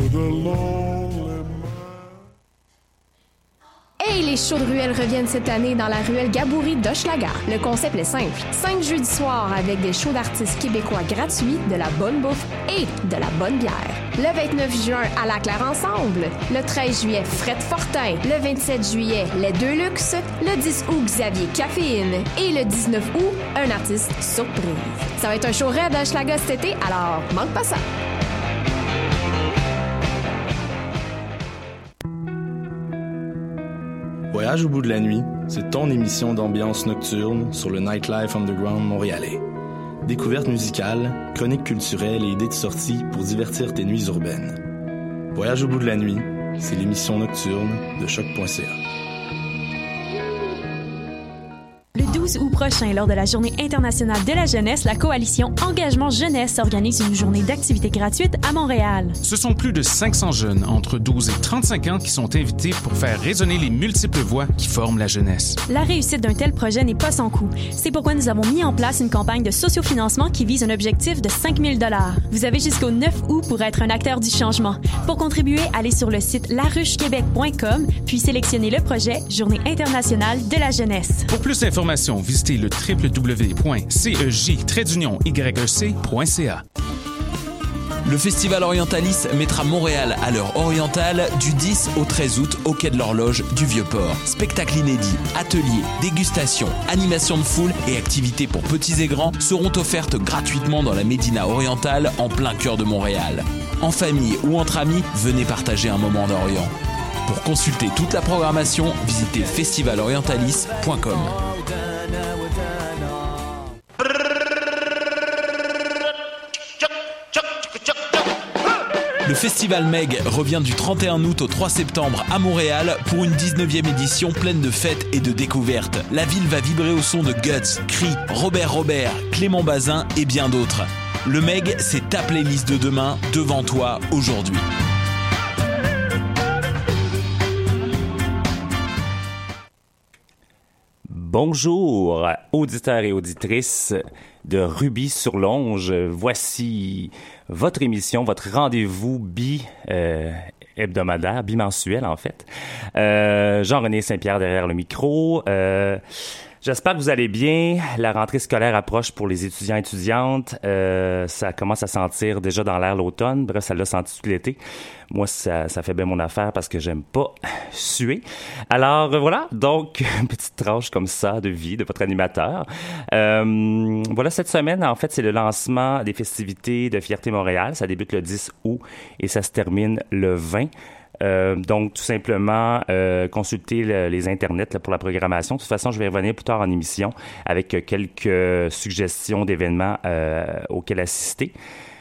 Hey, les shows de ruelle reviennent cette année dans la ruelle Gaboury d'Hochelaga. Le concept est simple. 5 jeudis soirs avec des shows d'artistes québécois gratuits, de la bonne bouffe et de la bonne bière. Le 29 juin, à la Claire Ensemble. Le 13 juillet, Fred Fortin. Le 27 juillet, Les Deux Luxe. Le 10 août, Xavier Caféine. Et le 19 août, un artiste surprise. Ça va être un show raide à Hochelaga cet été, alors manque pas ça. Voyage au bout de la nuit, c'est ton émission d'ambiance nocturne sur le Nightlife Underground montréalais. Découvertes musicales, chroniques culturelles et idées de sortie pour divertir tes nuits urbaines. Voyage au bout de la nuit, c'est l'émission nocturne de choc.ca. Le 12 août prochain, lors de la Journée internationale de la jeunesse, la coalition Engagement Jeunesse organise une journée d'activités gratuites à Montréal. Ce sont plus de 500 jeunes entre 12 et 35 ans qui sont invités pour faire résonner les multiples voix qui forment la jeunesse. La réussite d'un tel projet n'est pas sans coût. C'est pourquoi nous avons mis en place une campagne de sociofinancement qui vise un objectif de 5 000 $. Vous avez jusqu'au 9 août pour être un acteur du changement. Pour contribuer, allez sur le site laruchequebec.com puis sélectionnez le projet Journée internationale de la jeunesse. Pour plus d'informations, visitez le www.cej-yec.ca. Le Festival Orientalis mettra Montréal à l'heure orientale du 10 au 13 août au Quai de l'Horloge du Vieux-Port. Spectacles inédits, ateliers, dégustations, animations de foule et activités pour petits et grands seront offertes gratuitement dans la Médina orientale en plein cœur de Montréal. En famille ou entre amis, venez partager un moment d'Orient. Pour consulter toute la programmation, visitez festivalorientalis.com. Le Festival Meg revient du 31 août au 3 septembre à Montréal pour une 19e édition pleine de fêtes et de découvertes. La ville va vibrer au son de Guts, Cri, Robert, Clément Bazin et bien d'autres. Le Meg, c'est ta playlist de demain devant toi aujourd'hui. Bonjour, auditeurs et auditrices de Rubis sur Longe. Voici votre émission, votre rendez-vous hebdomadaire, bimensuel en fait. Jean-René Saint-Pierre derrière le micro. J'espère que vous allez bien. La rentrée scolaire approche pour les étudiants et étudiantes. Ça commence à sentir déjà dans l'air l'automne. Bref, ça l'a senti tout l'été. Moi, ça fait bien mon affaire parce que j'aime pas suer. Alors voilà, donc une petite tranche comme ça de vie de votre animateur. Voilà, cette semaine, en fait, c'est le lancement des festivités de Fierté Montréal. Ça débute le 10 août et ça se termine le 20. Donc, tout simplement, consulter les internets là, pour la programmation. De toute façon, je vais revenir plus tard en émission avec quelques suggestions d'événements auxquels assister.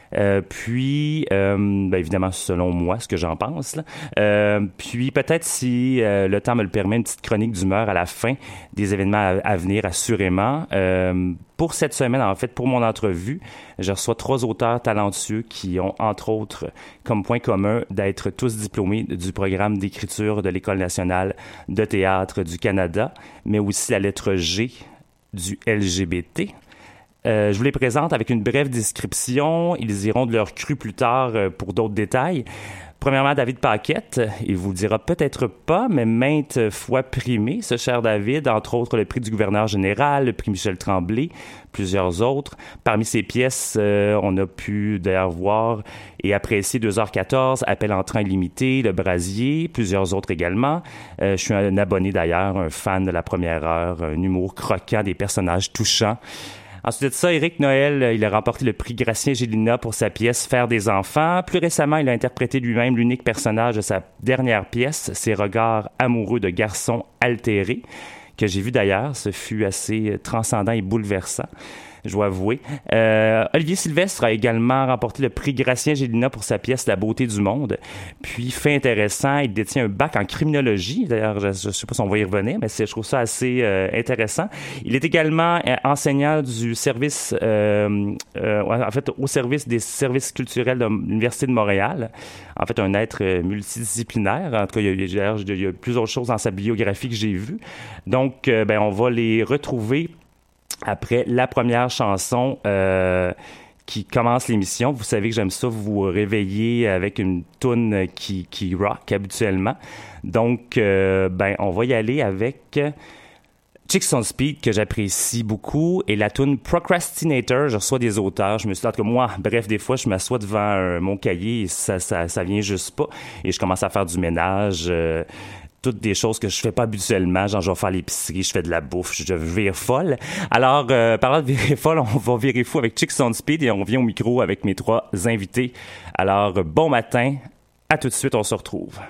Puis, évidemment, selon moi, ce que j'en pense. Là. Puis, peut-être si le temps me le permet, une petite chronique d'humeur à la fin des événements à venir, assurément. Pour cette semaine, en fait, pour mon entrevue, je reçois 3 auteurs talentueux qui ont, entre autres, comme point commun d'être tous diplômés du programme d'écriture de l'École nationale de théâtre du Canada, mais aussi la lettre G du LGBT. Je vous les présente avec une brève description. Ils iront de leur cru plus tard pour d'autres détails. Premièrement, David Paquette, il vous le dira peut-être pas, mais maintes fois primé, ce cher David, entre autres le prix du gouverneur général, le prix Michel Tremblay, plusieurs autres. Parmi ses pièces, on a pu d'ailleurs voir et apprécier 2h14, Appel en train illimité, Le Brasier, plusieurs autres également. Je suis un abonné d'ailleurs, un fan de La Première Heure, un humour croquant, des personnages touchants. Ensuite de ça, Éric Noël, il a remporté le prix Gratien-Gélina pour sa pièce Faire des enfants. Plus récemment, il a interprété lui-même l'unique personnage de sa dernière pièce, Ses regards amoureux de garçons altérés, que j'ai vu d'ailleurs. Ce fut assez transcendant et bouleversant, je dois avouer. Olivier Sylvestre a également remporté le prix Gratien-Gélina pour sa pièce La beauté du monde. Puis, fait intéressant, il détient un bac en criminologie. D'ailleurs, je ne sais pas si on va y revenir, mais je trouve ça assez intéressant. Il est également enseignant du service, au service des services culturels de l'Université de Montréal. En fait, un être multidisciplinaire. En tout cas, il y a plusieurs choses dans sa biographie que j'ai vues. Donc, on va les retrouver après la première chanson qui commence l'émission. Vous savez que j'aime ça vous réveiller avec une toune qui rock habituellement. Donc, on va y aller avec Chicks on Speed, que j'apprécie beaucoup, et la toune Procrastinator. Je reçois des auteurs. Je me suis dit, en tout cas, moi, bref, des fois, je m'assois devant mon cahier et ça vient juste pas. Et je commence à faire du ménage. Toutes des choses que je fais pas habituellement, genre je vais faire l'épicerie, je fais de la bouffe, je vire folle. Alors, parlant de virer folle, on va virer fou avec Chicks on Speed et on vient au micro avec mes 3 invités. Alors, bon matin, à tout de suite, on se retrouve.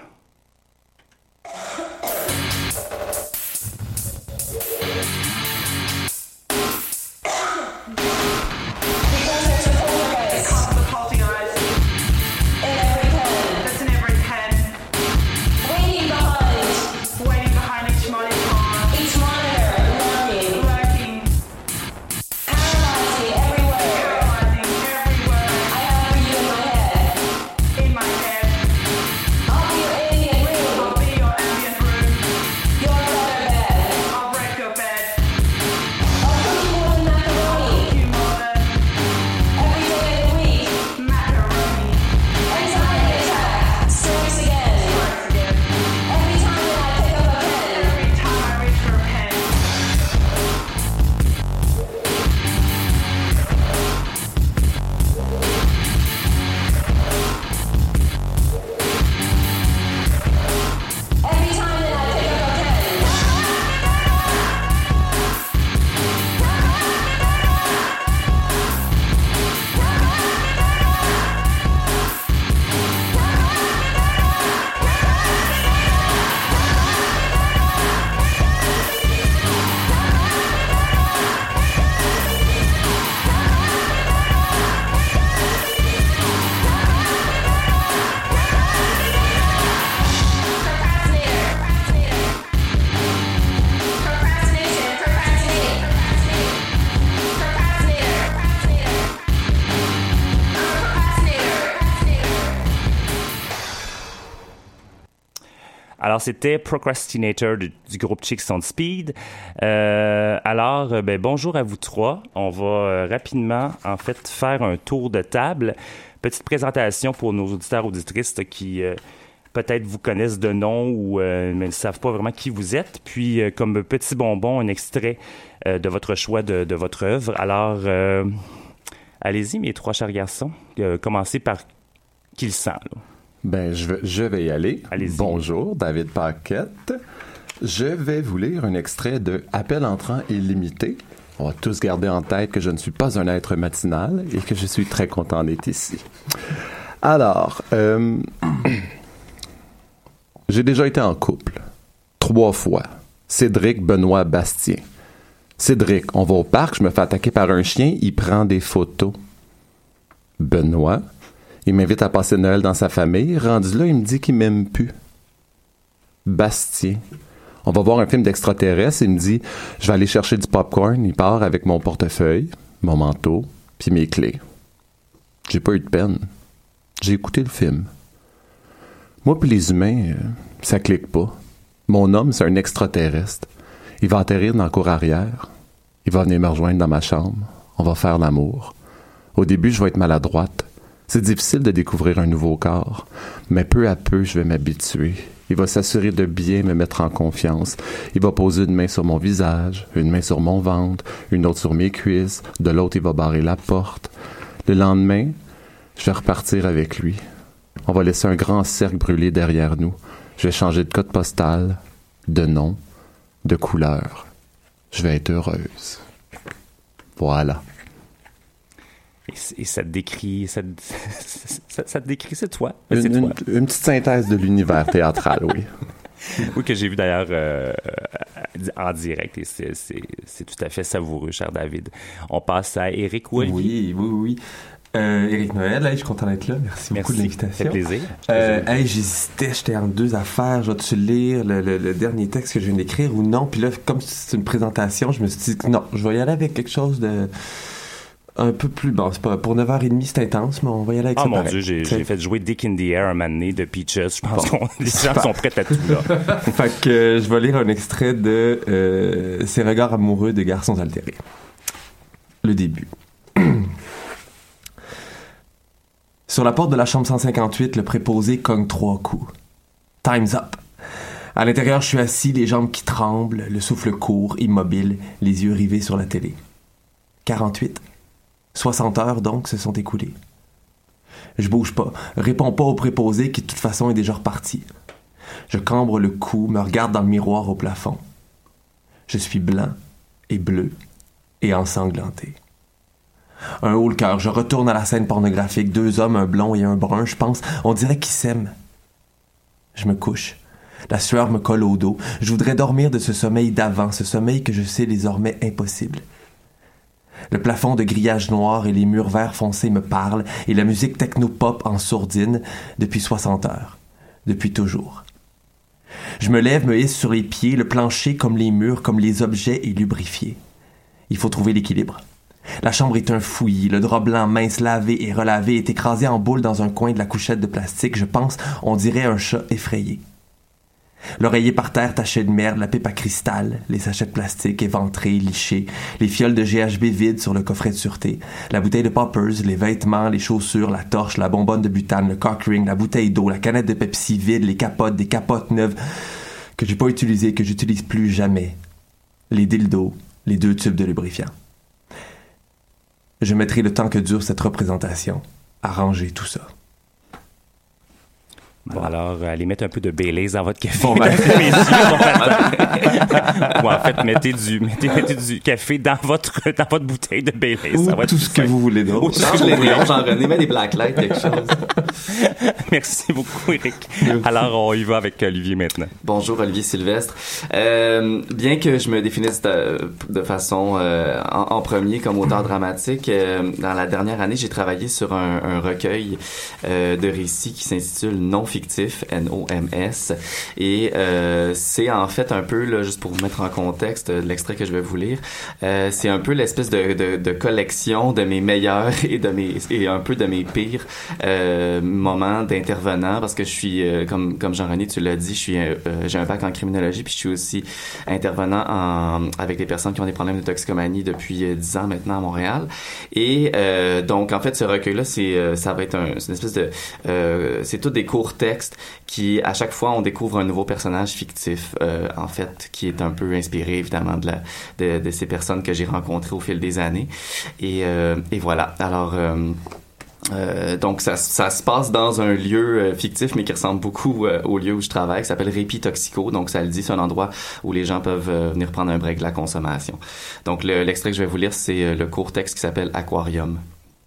Alors, c'était Procrastinator du groupe Chicks on Speed. Bonjour à vous 3. On va rapidement, en fait, faire un tour de table. Petite présentation pour nos auditeurs auditrices qui peut-être vous connaissent de nom ou mais ne savent pas vraiment qui vous êtes. Puis, comme petit bonbon, un extrait de votre choix de votre œuvre. Alors, allez-y, mes 3 chers garçons. Commencez par qui le sent, là. Ben, je vais y aller. Allez-y. Bonjour, David Paquette. Je vais vous lire un extrait de Appel entrant illimité. On va tous garder en tête que je ne suis pas un être matinal et que je suis très content d'être ici. Alors, j'ai déjà été en couple. 3 fois. Cédric, Benoît, Bastien. Cédric, on va au parc, je me fais attaquer par un chien, il prend des photos. Benoît, il m'invite à passer Noël dans sa famille. Rendu là, il me dit qu'il m'aime plus. Bastien. On va voir un film d'extraterrestres. Il me dit, je vais aller chercher du popcorn. Il part avec mon portefeuille, mon manteau, puis mes clés. J'ai pas eu de peine. J'ai écouté le film. Moi puis les humains, ça clique pas. Mon homme, c'est un extraterrestre. Il va atterrir dans la cour arrière. Il va venir me rejoindre dans ma chambre. On va faire l'amour. Au début, je vais être maladroite. C'est difficile de découvrir un nouveau corps, mais peu à peu, je vais m'habituer. Il va s'assurer de bien me mettre en confiance. Il va poser une main sur mon visage, une main sur mon ventre, une autre sur mes cuisses, de l'autre, il va barrer la porte. Le lendemain, je vais repartir avec lui. On va laisser un grand cercle brûler derrière nous. Je vais changer de code postal, de nom, de couleur. Je vais être heureuse. Voilà. Et ça te décrit, ça te décrit, c'est toi. Une petite synthèse de l'univers théâtral, oui. Oui, que j'ai vu d'ailleurs en direct et c'est tout à fait savoureux, cher David. On passe à Éric Woolly. Oui. Éric Noël, je suis content d'être là. Merci beaucoup de l'invitation. Ça fait plaisir. J'hésitais, j'étais entre 2 affaires. Je vais-tu lire le dernier texte que je viens d'écrire ou non? Puis là, comme c'est une présentation, je me suis dit non, je vais y aller avec quelque chose de un peu plus... Bon, c'est pas, pour 9h30, c'est intense, mais on va y aller avec ça. Oh mon Dieu, j'ai fait jouer Dick in the Air un moment donné de Peaches. Je pense que les gens sont prêts à tout, là. Fait que je vais lire un extrait de Ces regards amoureux des garçons altérés. Le début. Sur la porte de la chambre 158, le préposé cogne 3 coups. Time's up. À l'intérieur, je suis assis, les jambes qui tremblent, le souffle court, immobile, les yeux rivés sur la télé. 48. 60 heures, donc, se sont écoulées. Je bouge pas, réponds pas au préposé qui, de toute façon, est déjà reparti. Je cambre le cou, me regarde dans le miroir au plafond. Je suis blanc et bleu et ensanglanté. Un haut le cœur, je retourne à la scène pornographique, 2 hommes, un blond et un brun, je pense, on dirait qu'ils s'aiment. Je me couche. La sueur me colle au dos. Je voudrais dormir de ce sommeil d'avant, ce sommeil que je sais désormais impossible. Le plafond de grillage noir et les murs vert foncé me parlent, et la musique techno-pop en sourdine depuis 60 heures. Depuis toujours. Je me lève, me hisse sur les pieds, le plancher comme les murs, comme les objets est lubrifié. Il faut trouver l'équilibre. La chambre est un fouillis, le drap blanc mince lavé et relavé est écrasé en boule dans un coin de la couchette de plastique, je pense, on dirait un chat effrayé. L'oreiller par terre taché de merde, la pipe à cristal, les sachets de plastique éventrés, lichés, les fioles de GHB vides sur le coffret de sûreté, la bouteille de poppers, les vêtements, les chaussures, la torche, la bonbonne de butane, le cock ring, la bouteille d'eau, la canette de Pepsi vide, les capotes, des capotes neuves que j'ai pas utilisées, que j'utilise plus jamais, les dildos, les 2 tubes de lubrifiant. Je mettrai le temps que dure cette représentation à ranger tout ça. Bon, alors, allez mettre un peu de Baileys dans votre café. Bon, ben. Ou en fait, mettez du café dans votre bouteille de Baileys. Ou ça va tout ce que vous voulez d'autre. Change les néons, Jean-René, mets des blacklights, quelque chose. Merci beaucoup, Éric. Alors, on y va avec Olivier maintenant. Bonjour, Olivier Sylvestre. Bien que je me définisse de façon en premier comme auteur dramatique, dans la dernière année, j'ai travaillé sur un recueil de récits qui s'intitule Non fictif, N-O-M-S, et c'est en fait un peu, là, juste pour vous mettre en contexte de l'extrait que je vais vous lire, c'est un peu l'espèce de collection de mes meilleurs et un peu de mes pires moments d'intervenant, parce que je suis, comme Jean-René, tu l'as dit, j'ai un bac en criminologie, puis je suis aussi intervenant avec des personnes qui ont des problèmes de toxicomanie depuis 10 ans maintenant à Montréal. Et donc, en fait, ce recueil-là, ça va être c'est une espèce de... c'est tous des courts textes qui, à chaque fois, on découvre un nouveau personnage fictif, en fait, qui est un peu inspiré, évidemment, de ces personnes que j'ai rencontrées au fil des années. Et voilà. Alors... donc ça se passe dans un lieu fictif mais qui ressemble beaucoup au lieu où je travaille, qui s'appelle Répit Toxico. Donc ça le dit, c'est un endroit où les gens peuvent venir prendre un break de la consommation. Donc l'extrait que je vais vous lire, c'est le court texte qui s'appelle Aquarium.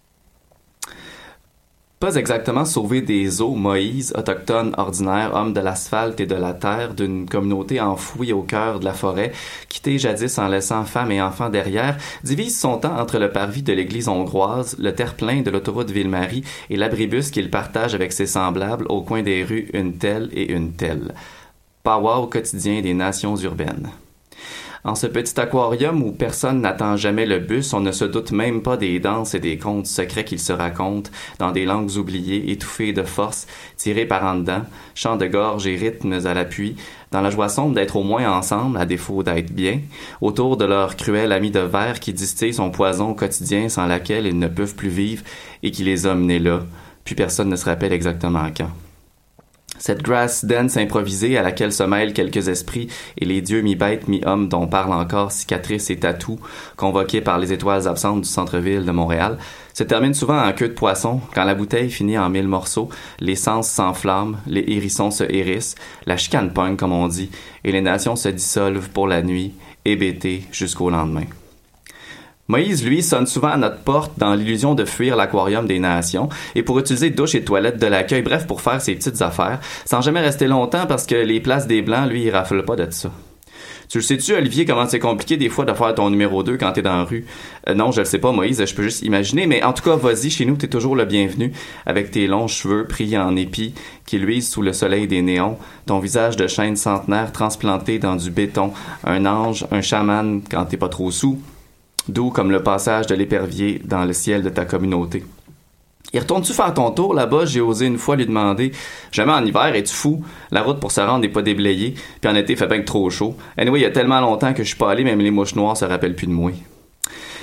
Pas exactement sauvé des eaux, Moïse, autochtone ordinaire, homme de l'asphalte et de la terre, d'une communauté enfouie au cœur de la forêt, quitté jadis en laissant femme et enfants derrière, divise son temps entre le parvis de l'église hongroise, le terre-plein de l'autoroute Ville-Marie et l'abribus qu'il partage avec ses semblables au coin des rues une telle et une telle. Pawa au quotidien des nations urbaines. En ce petit aquarium où personne n'attend jamais le bus, on ne se doute même pas des danses et des contes secrets qu'ils se racontent, dans des langues oubliées, étouffées de force, tirées par en dedans, chants de gorge et rythmes à l'appui, dans la joie sombre d'être au moins ensemble, à défaut d'être bien, autour de leur cruel ami de verre qui distille son poison au quotidien sans laquelle ils ne peuvent plus vivre et qui les a menés là, puis personne ne se rappelle exactement quand. Cette grass dance improvisée à laquelle se mêlent quelques esprits et les dieux mi-bêtes, mi-hommes dont parlent encore cicatrices et tatous convoqués par les étoiles absentes du centre-ville de Montréal, se termine souvent en queue de poisson quand la bouteille finit en 1000 morceaux, les sens s'enflamment, les hérissons se hérissent, la chicane pogne comme on dit, et les nations se dissolvent pour la nuit, hébétées jusqu'au lendemain. Moïse, lui, sonne souvent à notre porte dans l'illusion de fuir l'aquarium des nations et pour utiliser douche et toilettes de l'accueil, bref, pour faire ses petites affaires, sans jamais rester longtemps parce que les places des Blancs, lui, il raffole pas de ça. Tu le sais-tu, Olivier, comment c'est compliqué des fois de faire ton numéro 2 quand t'es dans la rue? Non, je le sais pas, Moïse, je peux juste imaginer, mais en tout cas, vas-y, chez nous, t'es toujours le bienvenu, avec tes longs cheveux pris en épis, qui luisent sous le soleil des néons, ton visage de chêne centenaire transplanté dans du béton, un ange, un chaman quand t'es pas trop saoul, doux comme le passage de l'épervier dans le ciel de ta communauté. « Y retournes-tu faire ton tour là-bas? » J'ai osé une fois lui demander. « Jamais en hiver, es-tu fou? La route pour se rendre n'est pas déblayée, puis en été, il fait bien que trop chaud. Anyway, il y a tellement longtemps que je suis pas allé, même les mouches noires se rappellent plus de moi. »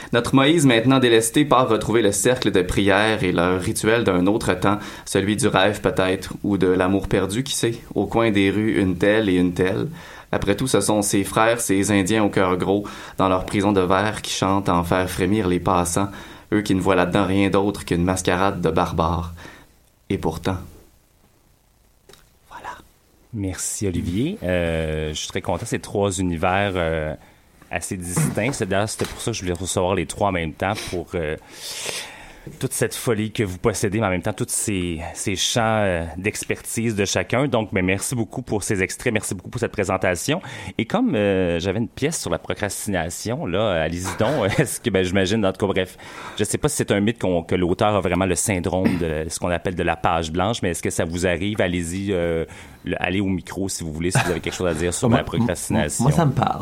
Notre Moïse, maintenant délesté, part retrouver le cercle de prière et leur rituel d'un autre temps, celui du rêve peut-être, ou de l'amour perdu, qui sait, au coin des rues une telle et une telle. Après tout, ce sont ses frères, ces Indiens au cœur gros, dans leur prison de verre, qui chantent à en faire frémir les passants, eux qui ne voient là-dedans rien d'autre qu'une mascarade de barbares. Et pourtant... Voilà. Merci, Olivier. Je suis très content. C'est 3 univers assez distincts. C'était pour ça que je voulais recevoir les 3 en même temps pour toute cette folie que vous possédez, mais en même temps, tous ces champs d'expertise de chacun. Donc, merci beaucoup pour ces extraits. Merci beaucoup pour cette présentation. Et comme j'avais une pièce sur la procrastination, là, allez-y donc. Est-ce que, j'imagine, en tout cas, bref, je sais pas si c'est un mythe que l'auteur a vraiment le syndrome de ce qu'on appelle de la page blanche, mais est-ce que ça vous arrive? Allez-y, allez au micro si vous voulez, si vous avez quelque chose à dire sur la procrastination. Moi, ça me parle.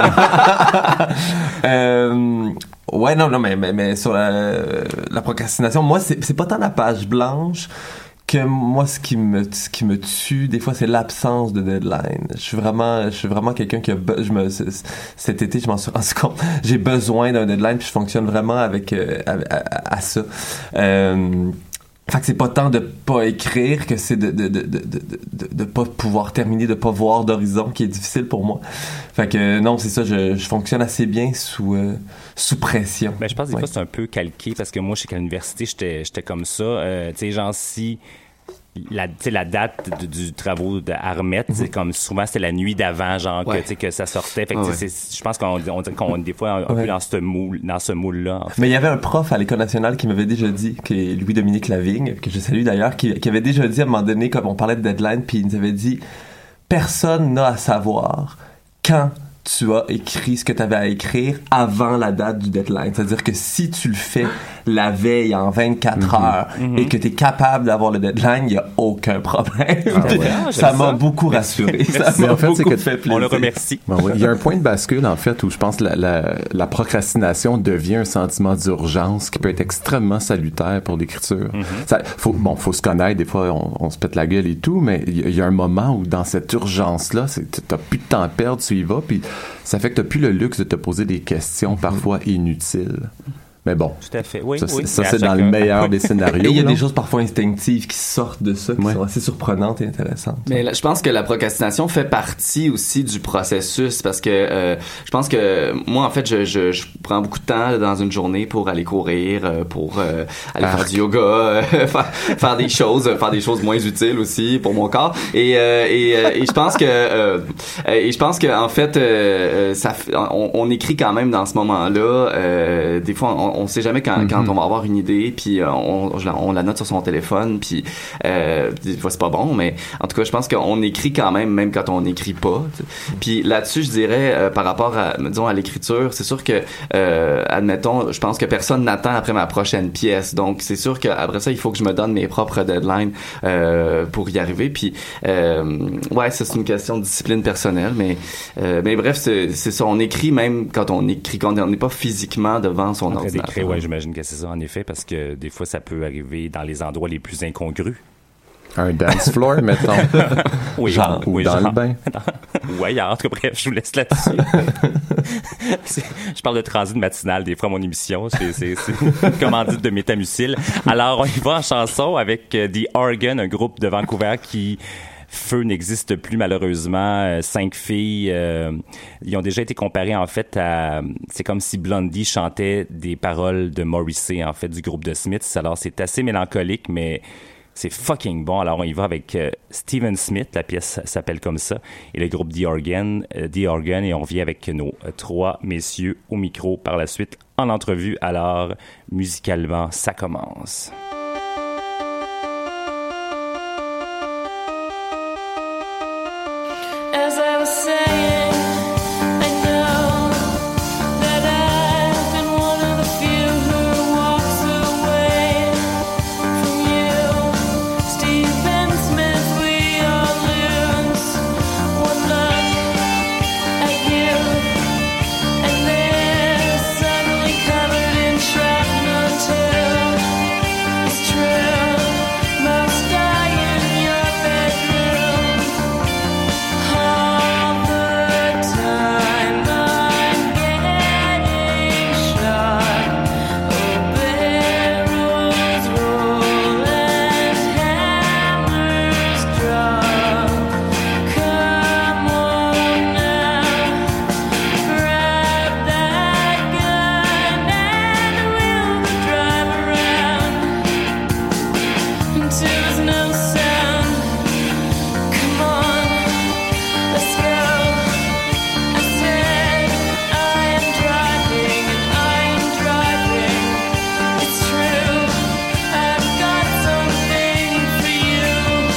Ouais, non, mais sur la procrastination, moi, c'est pas tant la page blanche que moi, ce qui me tue, des fois, c'est l'absence de deadline. Je suis vraiment quelqu'un qui cet été, je m'en suis rendu compte. J'ai besoin d'un deadline, puis je fonctionne vraiment à ça. Fait que c'est pas tant de pas écrire que c'est de pas pouvoir terminer, de pas voir d'horizon qui est difficile pour moi. Fait que non, c'est ça, je fonctionne assez bien sous pression. Je pense que des fois c'est un peu calqué parce que moi je sais qu'à l'université j'étais comme ça, tu sais, genre si la date du travaux d'Armet, c'est comme souvent c'était la nuit d'avant, genre que ça sortait. Fait que je pense qu'on dirait qu'on des fois un peu dans ce moule-là. En fait. Mais il y avait un prof à l'École nationale qui m'avait déjà dit, qui est Louis-Dominique Lavigne, que je salue d'ailleurs, qui avait déjà dit à un moment donné, comme on parlait de deadline, puis il nous avait dit personne n'a à savoir quand tu as écrit ce que tu avais à écrire avant la date du deadline. C'est-à-dire que si tu le fais la veille en 24 heures et que tu es capable d'avoir le deadline, il n'y a aucun problème. Ça m'a beaucoup rassuré. Ça m'a beaucoup fait plaisir. On le remercie. Il y a un point de bascule, en fait, où je pense que la procrastination devient un sentiment d'urgence qui peut être extrêmement salutaire pour l'écriture. Faut se connaître. Des fois, on se pète la gueule et tout, mais il y a un moment où, dans cette urgence-là, t'as plus de temps à perdre, tu y vas, puis ça fait que t'as plus le luxe de te poser des questions parfois inutiles. Mais bon, tout à fait. Oui, ça c'est dans le meilleur des scénarios. Et il y a des choses parfois instinctives qui sortent de ça, qui sont assez surprenantes et intéressantes. Mais là, je pense que la procrastination fait partie aussi du processus, parce que je pense que moi, en fait, je prends beaucoup de temps dans une journée pour aller courir, pour aller faire du yoga, faire des choses moins utiles aussi pour mon corps. Et je pense que en fait, on écrit quand même dans ce moment-là. Des fois, on sait jamais quand on va avoir une idée, puis on la note sur son téléphone, puis des fois c'est pas bon, mais en tout cas je pense qu'on écrit quand même quand on n'écrit pas. Puis là-dessus je dirais par rapport à l'écriture, c'est sûr que admettons, je pense que personne n'attend après ma prochaine pièce, donc c'est sûr qu'après ça il faut que je me donne mes propres deadlines pour y arriver. Puis ça c'est une question de discipline personnelle, mais bref, c'est ça, on écrit même quand on n'est pas physiquement devant son ordinateur. Oui, j'imagine que c'est ça, en effet, parce que des fois, ça peut arriver dans les endroits les plus incongrus. Un dance floor, mettons. Oui, ou dans le bain. Ou ailleurs. En tout cas, bref, je vous laisse là-dessus. Je parle de transit matinal, des fois, mon émission. C'est une commandite de Métamucil. Alors, on y va en chanson avec The Organ, un groupe de Vancouver qui... Feu n'existe plus, malheureusement. 5 filles, ils ont déjà été comparées, en fait, à... C'est comme si Blondie chantait des paroles de Morrissey, en fait, du groupe de Smiths. Alors, c'est assez mélancolique, mais c'est fucking bon. Alors, on y va avec Steven Smith, la pièce s'appelle comme ça, et le groupe The Organ, et on revient avec nos 3 messieurs au micro par la suite en entrevue. Alors, musicalement, ça commence. As I was saying, I know that I've been one of the few who walks away from you. Stephen Smith, we all lose one look at you, and they're suddenly covered in shrapnel too. till there's no sound. Come on, let's go. I said I am driving and I am driving. It's true, I've got something for you.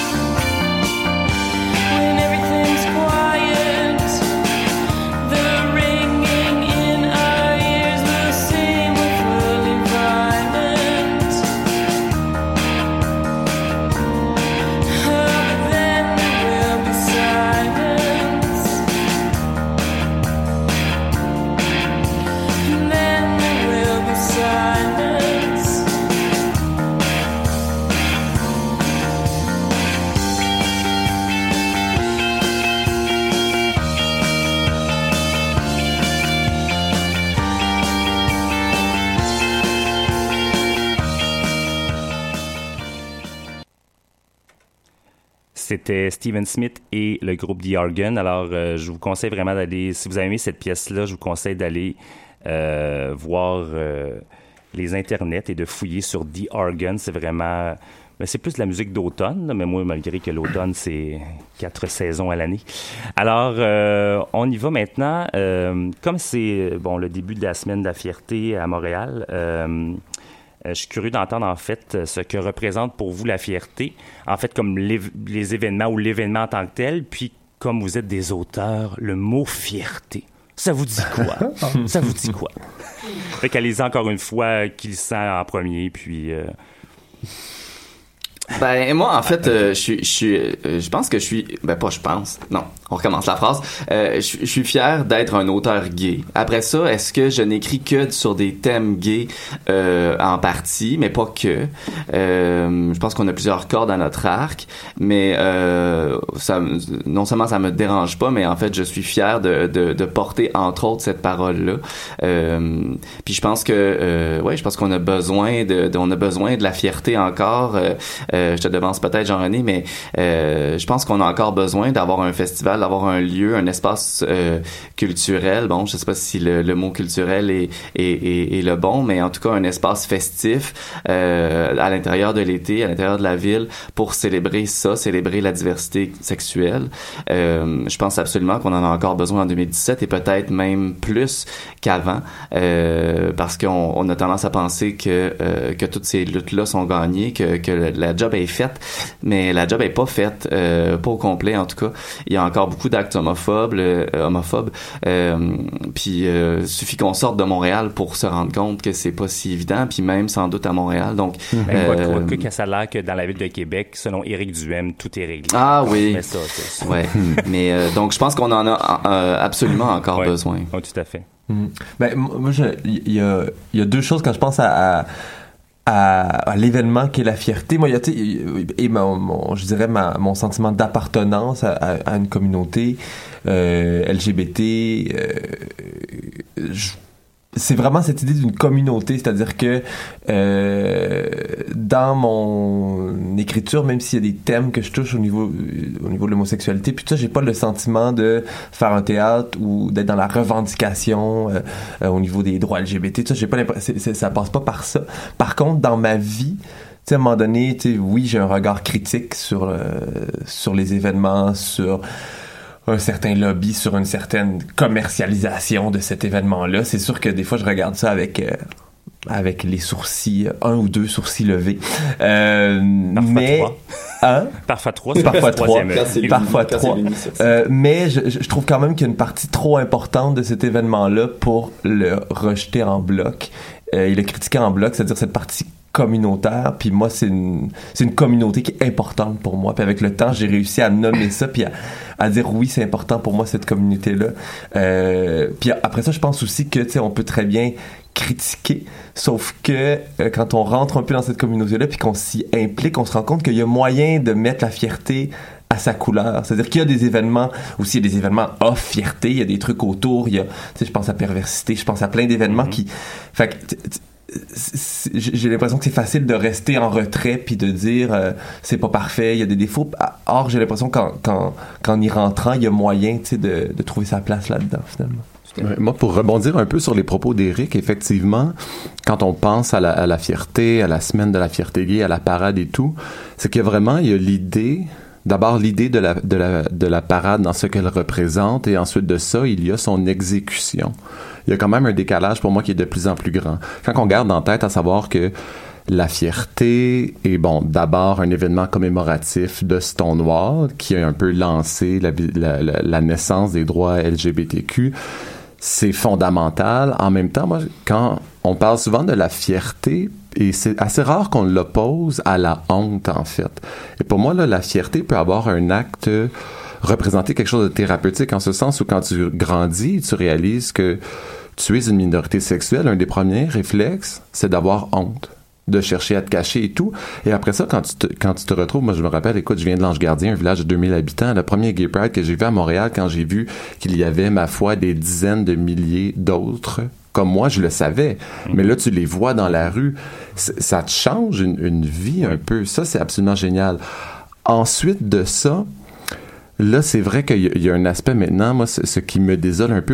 When everything's quiet, the ringing in our ears will seem fully violent. Oh, but then there will be silence. And then there will be silence. C'était Steven Smith et le groupe The Organ. Alors, je vous conseille vraiment d'aller, si vous avez aimé cette pièce-là, je vous conseille d'aller voir les internets et de fouiller sur The Organ. C'est vraiment... ben, c'est plus de la musique d'automne, là, mais moi, malgré que l'automne, c'est 4 saisons à l'année. Alors, on y va maintenant. Comme c'est le début de la semaine de la fierté à Montréal, je suis curieux d'entendre, en fait, ce que représente pour vous la fierté. En fait, comme les événements ou l'événement en tant que tel, puis comme vous êtes des auteurs, le mot fierté. Ça vous dit quoi? Ça vous dit quoi? Fait qu'allez-y encore une fois, qui le sent en premier, puis... Ben moi en fait je pense que je suis pas je pense non on recommence la phrase je suis fier d'être un auteur gay. Après ça, est-ce que je n'écris que sur des thèmes gays en partie, mais pas que. Je pense qu'on a plusieurs cordes à notre arc, mais ça, non seulement ça me dérange pas, mais en fait je suis fier de porter entre autres cette parole là. Puis je pense que je pense qu'on a besoin de la fierté encore. Je te devance peut-être, Jean-René, mais je pense qu'on a encore besoin d'avoir un festival, d'avoir un lieu, un espace culturel. Bon, je sais pas si le mot culturel est le bon, mais en tout cas un espace festif à l'intérieur de l'été, à l'intérieur de la ville, pour célébrer ça, célébrer la diversité sexuelle. Je pense absolument qu'on en a encore besoin en 2017 et peut-être même plus qu'avant, parce qu'on a tendance à penser que toutes ces luttes-là sont gagnées, que la job est faite, mais la job est pas faite, pas au complet en tout cas. Il y a encore beaucoup d'actes homophobes, puis suffit qu'on sorte de Montréal pour se rendre compte que c'est pas si évident, puis même sans doute à Montréal. Donc, que ça a l'air que dans la ville de Québec, selon Éric Duhem, tout est réglé. Ah oui, mais ça. Ouais. Mais donc je pense qu'on en a absolument encore besoin. Oui, tout à fait. Ben moi, il y a deux choses quand je pense à l'événement qui est la fierté. Moi, et je dirais mon sentiment d'appartenance à une communauté LGBT. C'est vraiment cette idée d'une communauté, c'est-à-dire que dans mon écriture, même s'il y a des thèmes que je touche au niveau de l'homosexualité, puis tout ça, j'ai pas le sentiment de faire un théâtre ou d'être dans la revendication au niveau des droits LGBT. Tout ça, j'ai pas l'impression, ça passe pas par ça. Par contre, dans ma vie, tu sais, à un moment donné, oui, j'ai un regard critique sur les événements, sur un certain lobby, sur une certaine commercialisation de cet événement-là. C'est sûr que des fois, je regarde ça avec les sourcils, 1 ou 2 sourcils levés. Parfois 3. Parfois 3. Parfois 3. Mais je trouve quand même qu'il y a une partie trop importante de cet événement-là pour le rejeter en bloc et le critiquer en bloc, c'est-à-dire cette partie communautaire, puis moi c'est une communauté qui est importante pour moi, puis avec le temps j'ai réussi à nommer ça, puis à dire oui, c'est important pour moi cette communauté là. Puis après ça, je pense aussi que tu sais, on peut très bien critiquer, sauf que quand on rentre un peu dans cette communauté là puis qu'on s'y implique, on se rend compte qu'il y a moyen de mettre la fierté à sa couleur. C'est-à-dire qu'il y a des événements, aussi il y a des événements off fierté, il y a des trucs autour, il y a, tu sais, je pense à perversité, je pense à plein d'événements qui, fait que j'ai l'impression que c'est facile de rester en retrait puis de dire c'est pas parfait, il y a des défauts. Or, j'ai l'impression qu'en y rentrant, il y a moyen, tu sais, de trouver sa place là-dedans, finalement. Ouais, moi, pour rebondir un peu sur les propos d'Éric, effectivement, quand on pense à la fierté, à la semaine de la fierté gay, à la parade et tout, c'est qu'il y a l'idée, d'abord l'idée de la parade dans ce qu'elle représente, et ensuite de ça, il y a son exécution. Il y a quand même un décalage pour moi qui est de plus en plus grand. Quand on garde en tête à savoir que la fierté est, d'abord un événement commémoratif de Stonewall qui a un peu lancé la naissance des droits LGBTQ. C'est fondamental. En même temps, moi, quand on parle souvent de la fierté, et c'est assez rare qu'on l'oppose à la honte, en fait. Et pour moi, là, la fierté peut avoir un acte, représenter quelque chose de thérapeutique, en ce sens où quand tu grandis, tu réalises que tu es une minorité sexuelle, un des premiers réflexes, c'est d'avoir honte, de chercher à te cacher et tout. Et après ça, quand tu te retrouves, moi je me rappelle, écoute, je viens de l'Ange-Gardien, un village de 2000 habitants, le premier Gay Pride que j'ai vu à Montréal, quand j'ai vu qu'il y avait, ma foi, des dizaines de milliers d'autres, comme moi, je le savais. Mais là, tu les vois dans la rue, ça te change une vie un peu. Ça, c'est absolument génial. Ensuite de ça, là, c'est vrai qu'il y a un aspect maintenant, moi, ce qui me désole un peu,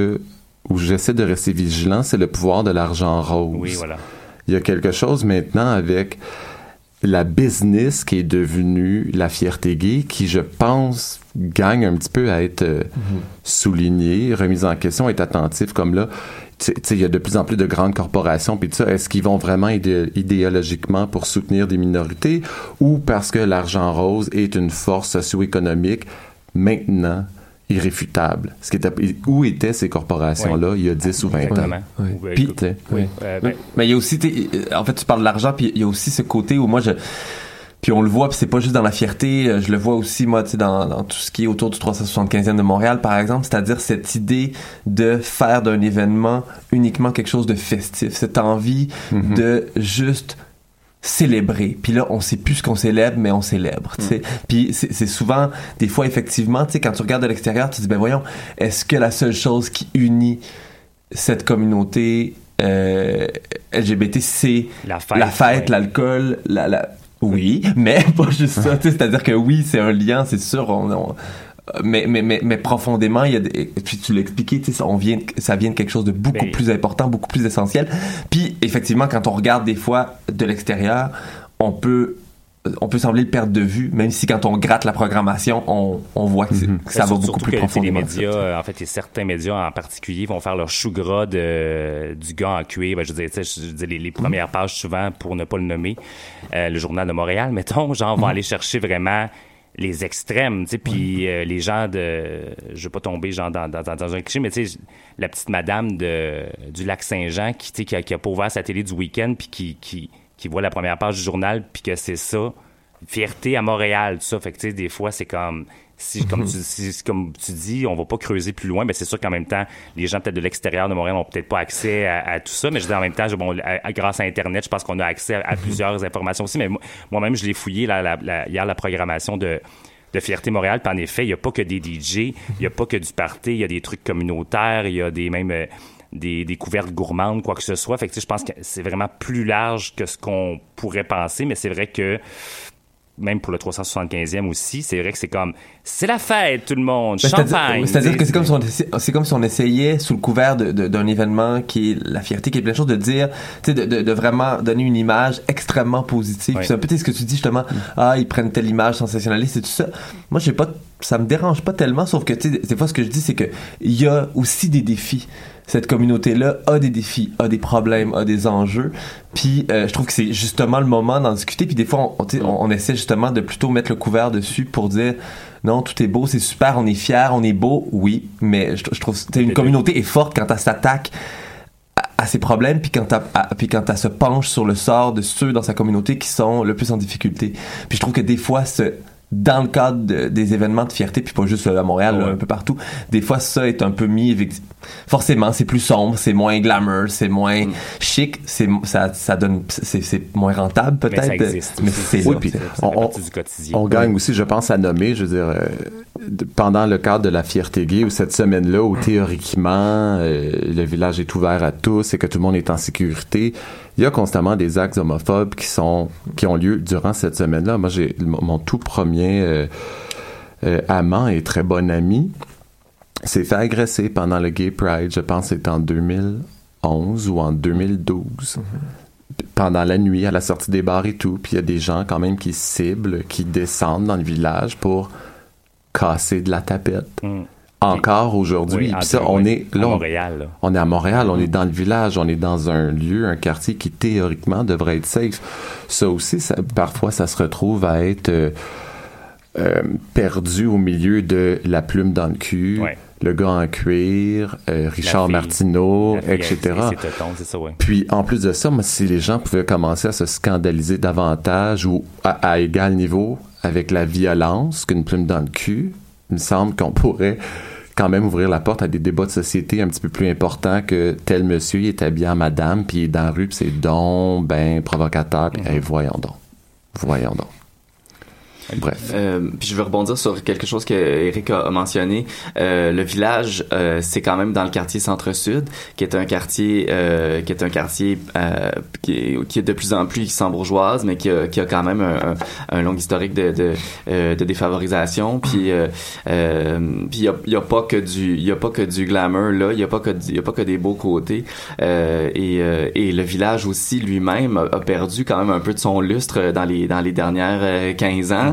où j'essaie de rester vigilant, c'est le pouvoir de l'argent rose. Oui, voilà. Il y a quelque chose maintenant avec la business qui est devenue la fierté gay, qui, je pense, gagne un petit peu à être soulignée, remise en question, être attentif comme là. Tu sais, il y a de plus en plus de grandes corporations, puis tout ça, est-ce qu'ils vont vraiment idéologiquement pour soutenir des minorités, ou parce que l'argent rose est une force socio-économique maintenant irréfutable? Où étaient ces corporations-là il y a 10 ou 20 ans? Oui. Puis, mais il y a aussi, en fait, tu parles de l'argent, puis il y a aussi ce côté où moi, puis on le voit, puis c'est pas juste dans la fierté, je le vois aussi, moi, tu sais, dans tout ce qui est autour du 375e de Montréal, par exemple, c'est-à-dire cette idée de faire d'un événement uniquement quelque chose de festif, cette envie de juste célébrer. Puis là, on sait plus ce qu'on célèbre, mais on célèbre, tu sais. Puis c'est souvent, des fois, effectivement, tu sais, quand tu regardes de l'extérieur, tu te dis, ben voyons, est-ce que la seule chose qui unit cette communauté LGBT, c'est la fête, l'alcool, oui, mais pas juste ça, tu sais, c'est-à-dire que oui, c'est un lien, c'est sûr, mais profondément, il y a puis tu l'as expliqué, tu sais, ça vient de quelque chose de beaucoup plus important, beaucoup plus essentiel. Puis effectivement, quand on regarde des fois de l'extérieur, on peut sembler le perdre de vue, même si quand on gratte la programmation, on voit que ça va beaucoup plus profondément. Les médias, en fait, et certains médias en particulier vont faire leur chou gras du gars en cuir. Ben, je veux dire, les premières pages souvent, pour ne pas le nommer, le Journal de Montréal, mettons, genre, vont aller chercher vraiment les extrêmes, tu sais, puis les gens je veux pas tomber genre dans un cliché, mais tu sais, la petite madame du Lac-Saint-Jean qui a pas ouvert sa télé du week-end, puis qui voit la première page du journal, puis que c'est ça, fierté à Montréal, tout ça. Fait que tu sais, des fois, c'est comme comme tu dis, on va pas creuser plus loin, mais c'est sûr qu'en même temps, les gens peut-être de l'extérieur de Montréal n'ont peut-être pas accès à tout ça, mais je veux dire, en même temps, grâce à Internet, je pense qu'on a accès à plusieurs informations aussi, mais moi-même, je l'ai fouillé hier, la programmation de Fierté Montréal, puis en effet, il n'y a pas que des DJ, il n'y a pas que du party, il y a des trucs communautaires, il y a des découvertes gourmandes, quoi que ce soit. Fait que je pense que c'est vraiment plus large que ce qu'on pourrait penser, mais c'est vrai que même pour le 375e aussi, c'est vrai que c'est la fête, tout le monde, champagne. C'est-à-dire que c'est comme si on essayait, sous le couvert d'un événement qui est la fierté, qui est plein de choses, de dire, tu sais, de vraiment donner une image extrêmement positive. Puis c'est un peu ce que tu dis justement, ils prennent telle image sensationnaliste et tout ça. Moi, ça me dérange pas tellement, sauf que, tu sais, des fois, ce que je dis, c'est que il y a aussi des défis. Cette communauté-là a des défis, a des problèmes, a des enjeux. Puis je trouve que c'est justement le moment d'en discuter. Puis des fois, on essaie justement de plutôt mettre le couvert dessus pour dire non, tout est beau, c'est super, on est fiers, on est beau. Oui, mais je trouve que une communauté est forte quand elle s'attaque à ses problèmes, puis quand elle se penche sur le sort de ceux dans sa communauté qui sont le plus en difficulté. Puis je trouve que des fois, dans le cadre des événements de fierté, puis pas juste à Montréal, là, un peu partout, des fois ça est un peu mis forcément c'est plus sombre, c'est moins glamour, c'est moins chic, c'est moins rentable peut-être, mais ça existe, mais c'est oui, puis partie du quotidien. On gagne aussi, je pense, à nommer, je veux dire, pendant le cadre de la fierté gay, ou cette semaine-là où théoriquement le village est ouvert à tous et que tout le monde est en sécurité, il y a constamment des actes homophobes qui ont lieu durant cette semaine-là. Moi, j'ai mon tout premier amant et très bon ami s'est fait agresser pendant le Gay Pride, je pense que c'était en 2011 ou en 2012. Pendant la nuit, à la sortie des bars et tout, puis il y a des gens quand même qui ciblent, qui descendent dans le village pour casser de la tapette. Encore aujourd'hui. Puis ça, on est là. Montréal, là. On est à Montréal, on est dans le village, on est dans un lieu, un quartier qui théoriquement devrait être safe. Ça aussi, parfois, ça se retrouve à être perdu au milieu de La plume dans le cul, Le gars en cuir, Richard Martineau, etc. C'est ça, ouais. Puis, en plus de ça, moi, si les gens pouvaient commencer à se scandaliser davantage ou à égal niveau avec la violence qu'une plume dans le cul, il me semble qu'on pourrait quand même ouvrir la porte à des débats de société un petit peu plus importants que tel monsieur, il est habillé en madame, puis il est dans la rue, puis c'est donc ben provocateur. Puis, hey, voyons donc. Bref. Puis je veux rebondir sur quelque chose que Eric a mentionné. Le village, c'est quand même dans le quartier Centre-Sud, qui est un quartier qui est de plus en plus luxembourgeoise, mais qui a quand même un long historique de défavorisation. Puis il y a pas que du glamour là, il y a pas que des beaux côtés. Et le village aussi lui-même a perdu quand même un peu de son lustre dans les dernières 15 ans.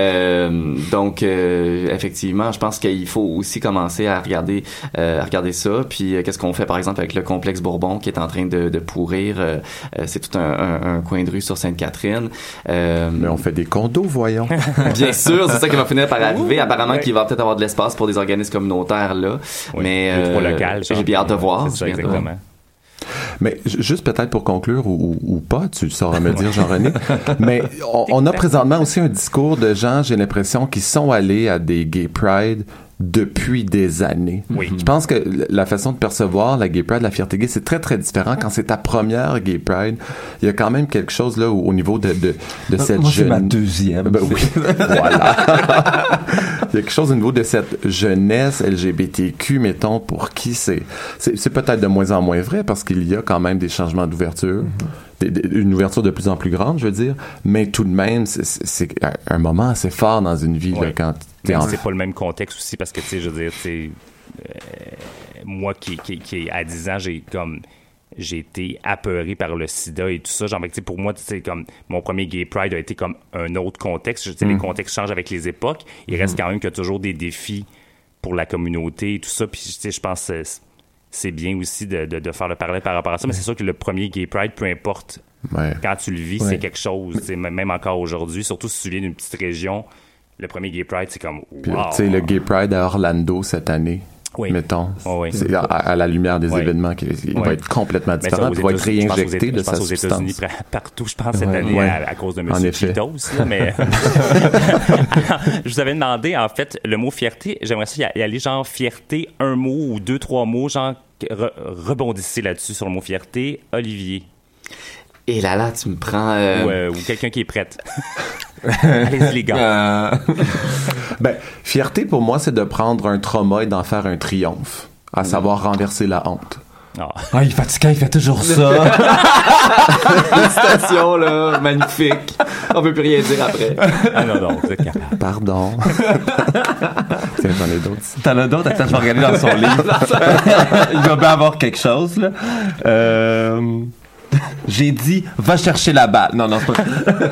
Donc effectivement, je pense qu'il faut aussi commencer à regarder ça. Puis qu'est-ce qu'on fait par exemple avec le complexe Bourbon qui est en train de pourrir. C'est tout un coin de rue sur Sainte-Catherine. Mais on fait des condos, voyons. Bien sûr, c'est ça qui va finir par arriver. Apparemment qu'il va peut-être avoir de l'espace pour des organismes communautaires là. Oui, mais local, j'ai bien hâte de voir. C'est ça, exactement. Mais juste peut-être pour conclure, ou pas, tu sauras me dire, Jean-René, mais on a présentement aussi un discours de gens, j'ai l'impression, qui sont allés à des Gay Pride depuis des années. Oui. Je pense que la façon de percevoir la Gay Pride, la fierté gay, c'est très, très différent. Quand c'est ta première Gay Pride, il y a quand même quelque chose là au niveau de cette moi, jeune... c'est ma deuxième. Ben oui, voilà. Il y a quelque chose au niveau de cette jeunesse LGBTQ, mettons, pour qui c'est peut-être de moins en moins vrai, parce qu'il y a quand même des changements d'ouverture, une ouverture de plus en plus grande, je veux dire, mais tout de même, c'est un moment assez fort dans une vie, là, quand c'est pas le même contexte aussi, parce que, tu sais, je veux dire, tu sais, moi qui à 10 ans, j'ai été apeuré par le sida et tout ça. Genre, tu sais, pour moi, tu sais, comme mon premier Gay Pride a été comme un autre contexte. Tu sais, les contextes changent avec les époques. Il reste quand même qu'il y a toujours des défis pour la communauté et tout ça. Puis, tu sais, je pense que c'est bien aussi de faire le parallèle par rapport à ça. Mais c'est sûr que le premier Gay Pride, peu importe quand tu le vis, c'est quelque chose. Même encore aujourd'hui, surtout si tu viens d'une petite région, le premier Gay Pride, c'est comme wow. Puis, tu sais, le Gay Pride à Orlando cette année. Mettons, c'est à la lumière des événements il va être complètement différent, il va être réinjecté de sa substance. Je pense aux États-Unis partout, je pense, cette année, à cause de M. Cheetos, là, mais je vous avais demandé, en fait, le mot fierté, j'aimerais ça y aller, genre, fierté, un mot ou 2-3 mots, genre, rebondissez là-dessus sur le mot fierté. Olivier. Et là, tu me prends... Ou quelqu'un qui est prête. Allez-y, les gars. Ben, fierté, pour moi, c'est de prendre un trauma et d'en faire un triomphe. À savoir renverser la honte. Ah, il est fatiguant, il fait toujours ça. Félicitations, là. Magnifique. On peut plus rien dire après. Ah non, vous êtes capable. Pardon. Tiens, j'en ai d'autres. T'en as d'autres? Attends, je vais regarder dans son livre. Il va bien avoir quelque chose, là. J'ai dit, va chercher la balle. Non, c'est pas...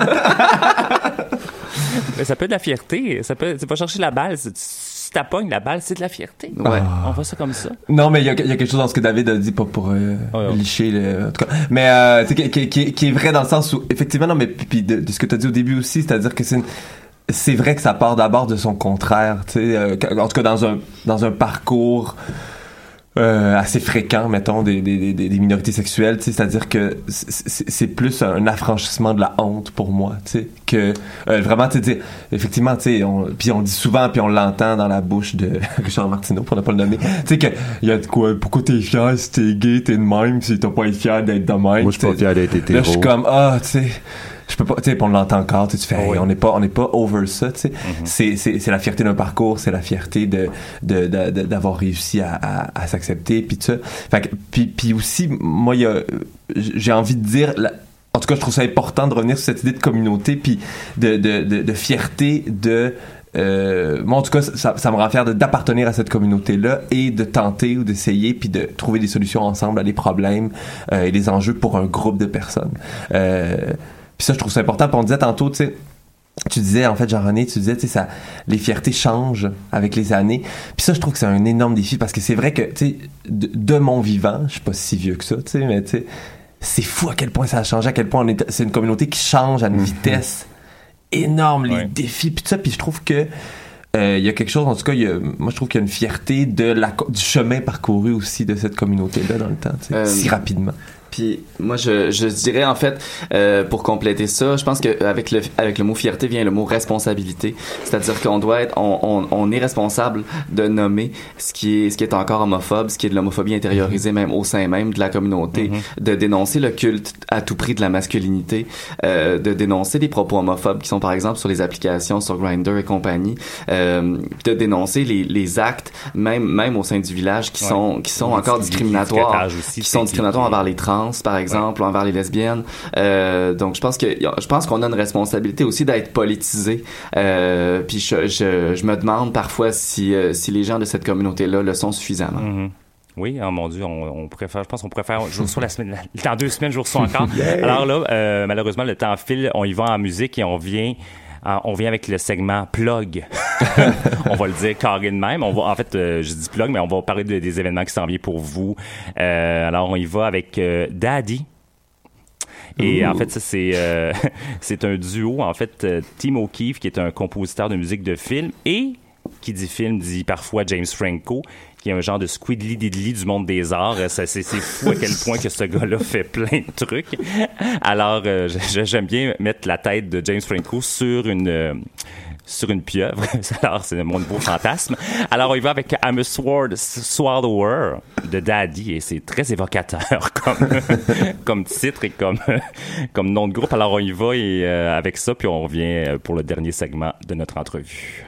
Mais ça peut être de la fierté. Tu vas chercher la balle. Si t'appognes la balle, c'est de la fierté. Ouais. On voit ça comme ça. Non, mais il y a quelque chose dans ce que David a dit, pas pour licher, en tout cas. Mais qui est vrai dans le sens où, effectivement, non, mais puis de ce que t'as dit au début aussi, c'est-à-dire que c'est vrai que ça part d'abord de son contraire, tu sais, en tout cas dans un parcours assez fréquent, mettons, des minorités sexuelles, tu sais, c'est-à-dire que c'est plus un affranchissement de la honte pour moi, tu sais, que vraiment, tu sais, effectivement, tu sais, puis on dit souvent, puis on l'entend dans la bouche de Richard Martineau, pour ne pas le nommer, tu sais, que il y a de quoi, pourquoi t'es fier si t'es gay, t'es de même, si t'as pas été fier d'être de même. Moi, je suis pas fier d'être hétéro. Là, je suis comme, tu sais, je peux pas, tu sais, on l'entend encore, tu fais, on n'est pas over ça, tu sais. C'est la fierté d'un parcours, c'est la fierté d'avoir réussi à s'accepter, puis tout ça. Fait que, puis aussi, moi, j'ai envie de dire, en tout cas, je trouve ça important de revenir sur cette idée de communauté, puis de fierté moi en tout cas ça me rend fier d'appartenir à cette communauté-là et de tenter ou d'essayer puis de trouver des solutions ensemble à des problèmes et des enjeux pour un groupe de personnes. Puis ça, je trouve ça important. Puis on disait tantôt, tu sais, tu disais, en fait, Jean-René, tu disais, tu sais, les fiertés changent avec les années. Puis ça, je trouve que c'est un énorme défi parce que c'est vrai que, tu sais, de mon vivant, je suis pas si vieux que ça, tu sais, mais tu sais, c'est fou à quel point ça a changé, à quel point c'est une communauté qui change à une vitesse énorme, les défis, puis tout ça. Puis je trouve que il y a quelque chose, en tout cas, moi je trouve qu'il y a une fierté du chemin parcouru aussi de cette communauté-là dans le temps, tu sais, si rapidement. Puis moi je dirais en fait pour compléter ça, je pense que avec le mot fierté vient le mot responsabilité, c'est-à-dire qu'on doit être on est responsable de nommer ce qui est encore homophobe, ce qui est de l'homophobie intériorisée même au sein même de la communauté, de dénoncer le culte à tout prix de la masculinité, de dénoncer des propos homophobes qui sont par exemple sur les applications sur Grindr et compagnie, de dénoncer les actes même au sein du village qui sont encore discriminatoires, qui sont discriminatoires envers les trans par exemple, envers les lesbiennes. Donc je pense qu'on a une responsabilité aussi d'être politisé. Puis je me demande parfois si les gens de cette communauté-là le sont suffisamment. Oui, oh mon Dieu, je pense qu'on préfère, je reçois dans 2 semaines, je reçois encore. Alors là, malheureusement, le temps file, on y va en musique et on vient avec le segment plug. On va le dire carré de même. Je dis plug, mais on va parler des événements qui s'en viennent pour vous. Alors, on y va avec Daddy. Et en fait, ça, c'est un duo. En fait, Tim O'Keefe, qui est un compositeur de musique de film, et qui dit film, dit parfois James Franco, qui est un genre de Squidly Diddly du monde des arts. C'est fou à quel point que ce gars-là fait plein de trucs. Alors, j'aime bien mettre la tête de James Franco sur une pieuvre. Alors, c'est mon nouveau fantasme. Alors, on y va avec I'm a Swallower de Daddy, et c'est très évocateur comme titre et comme nom de groupe. Alors, on y va et avec ça, puis on revient pour le dernier segment de notre entrevue.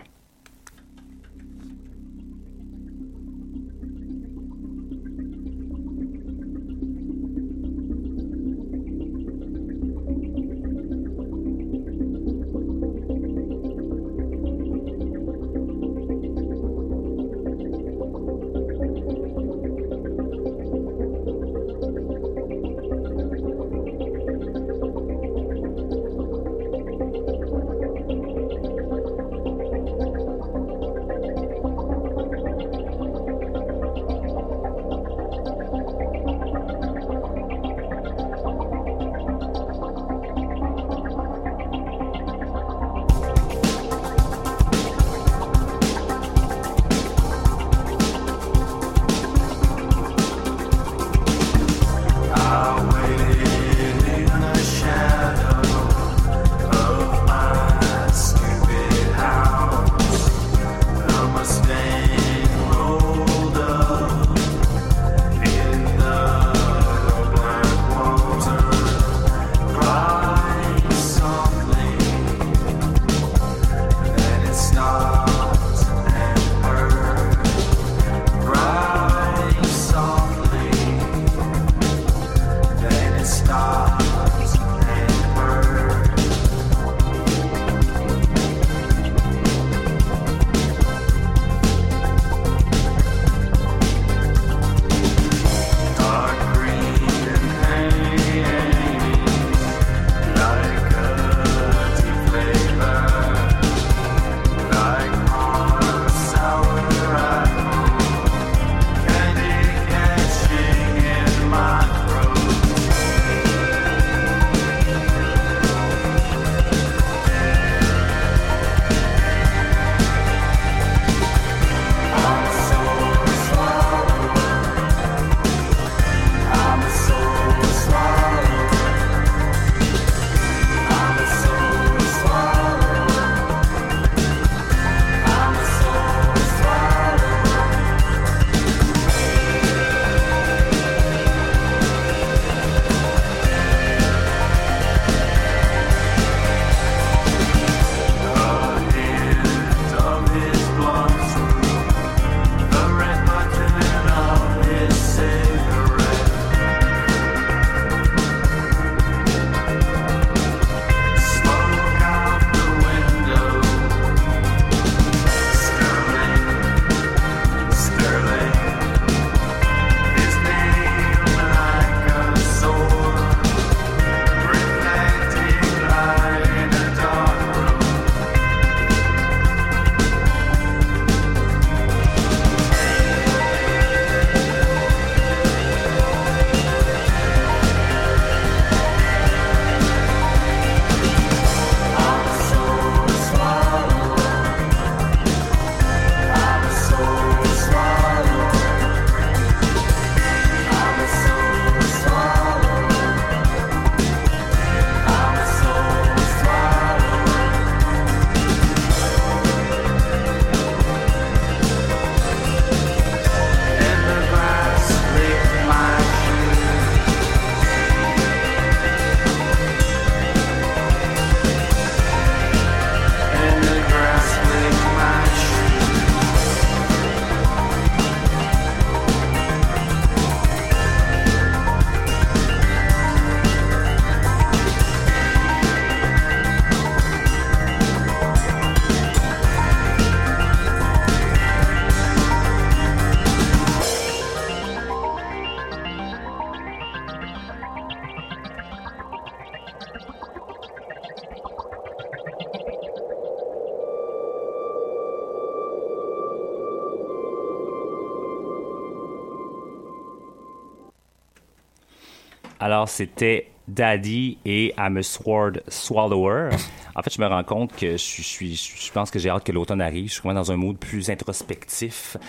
Alors, c'était Daddy et I'm a Sword Swallower. En fait, je me rends compte que je pense que j'ai hâte que l'automne arrive. Je suis vraiment dans un mood plus introspectif.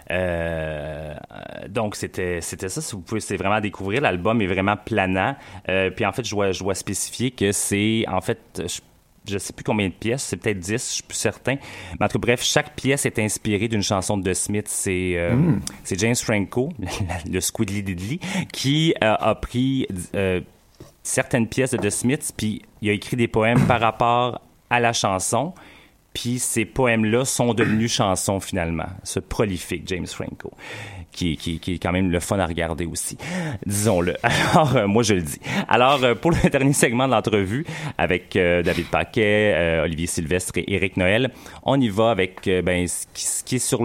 Donc c'était ça, si vous pouvez, c'est vraiment découvrir. L'album est vraiment planant. Puis en fait, je dois spécifier que c'est, en fait, je sais plus combien de pièces, c'est peut-être 10, je suis plus certain. Mais en tout cas, bref, chaque pièce est inspirée d'une chanson de The Smiths. C'est James Franco, le Squidly Diddly, qui a pris certaines pièces de The Smiths, puis il a écrit des poèmes par rapport à la chanson. Puis ces poèmes-là sont devenus chansons finalement. Ce prolifique James Franco, qui est quand même le fun à regarder aussi, disons-le. Alors, moi je le dis. Alors, pour le dernier segment de l'entrevue, avec David Paquet, Olivier Sylvestre et Éric Noël, on y va avec ce qui est sur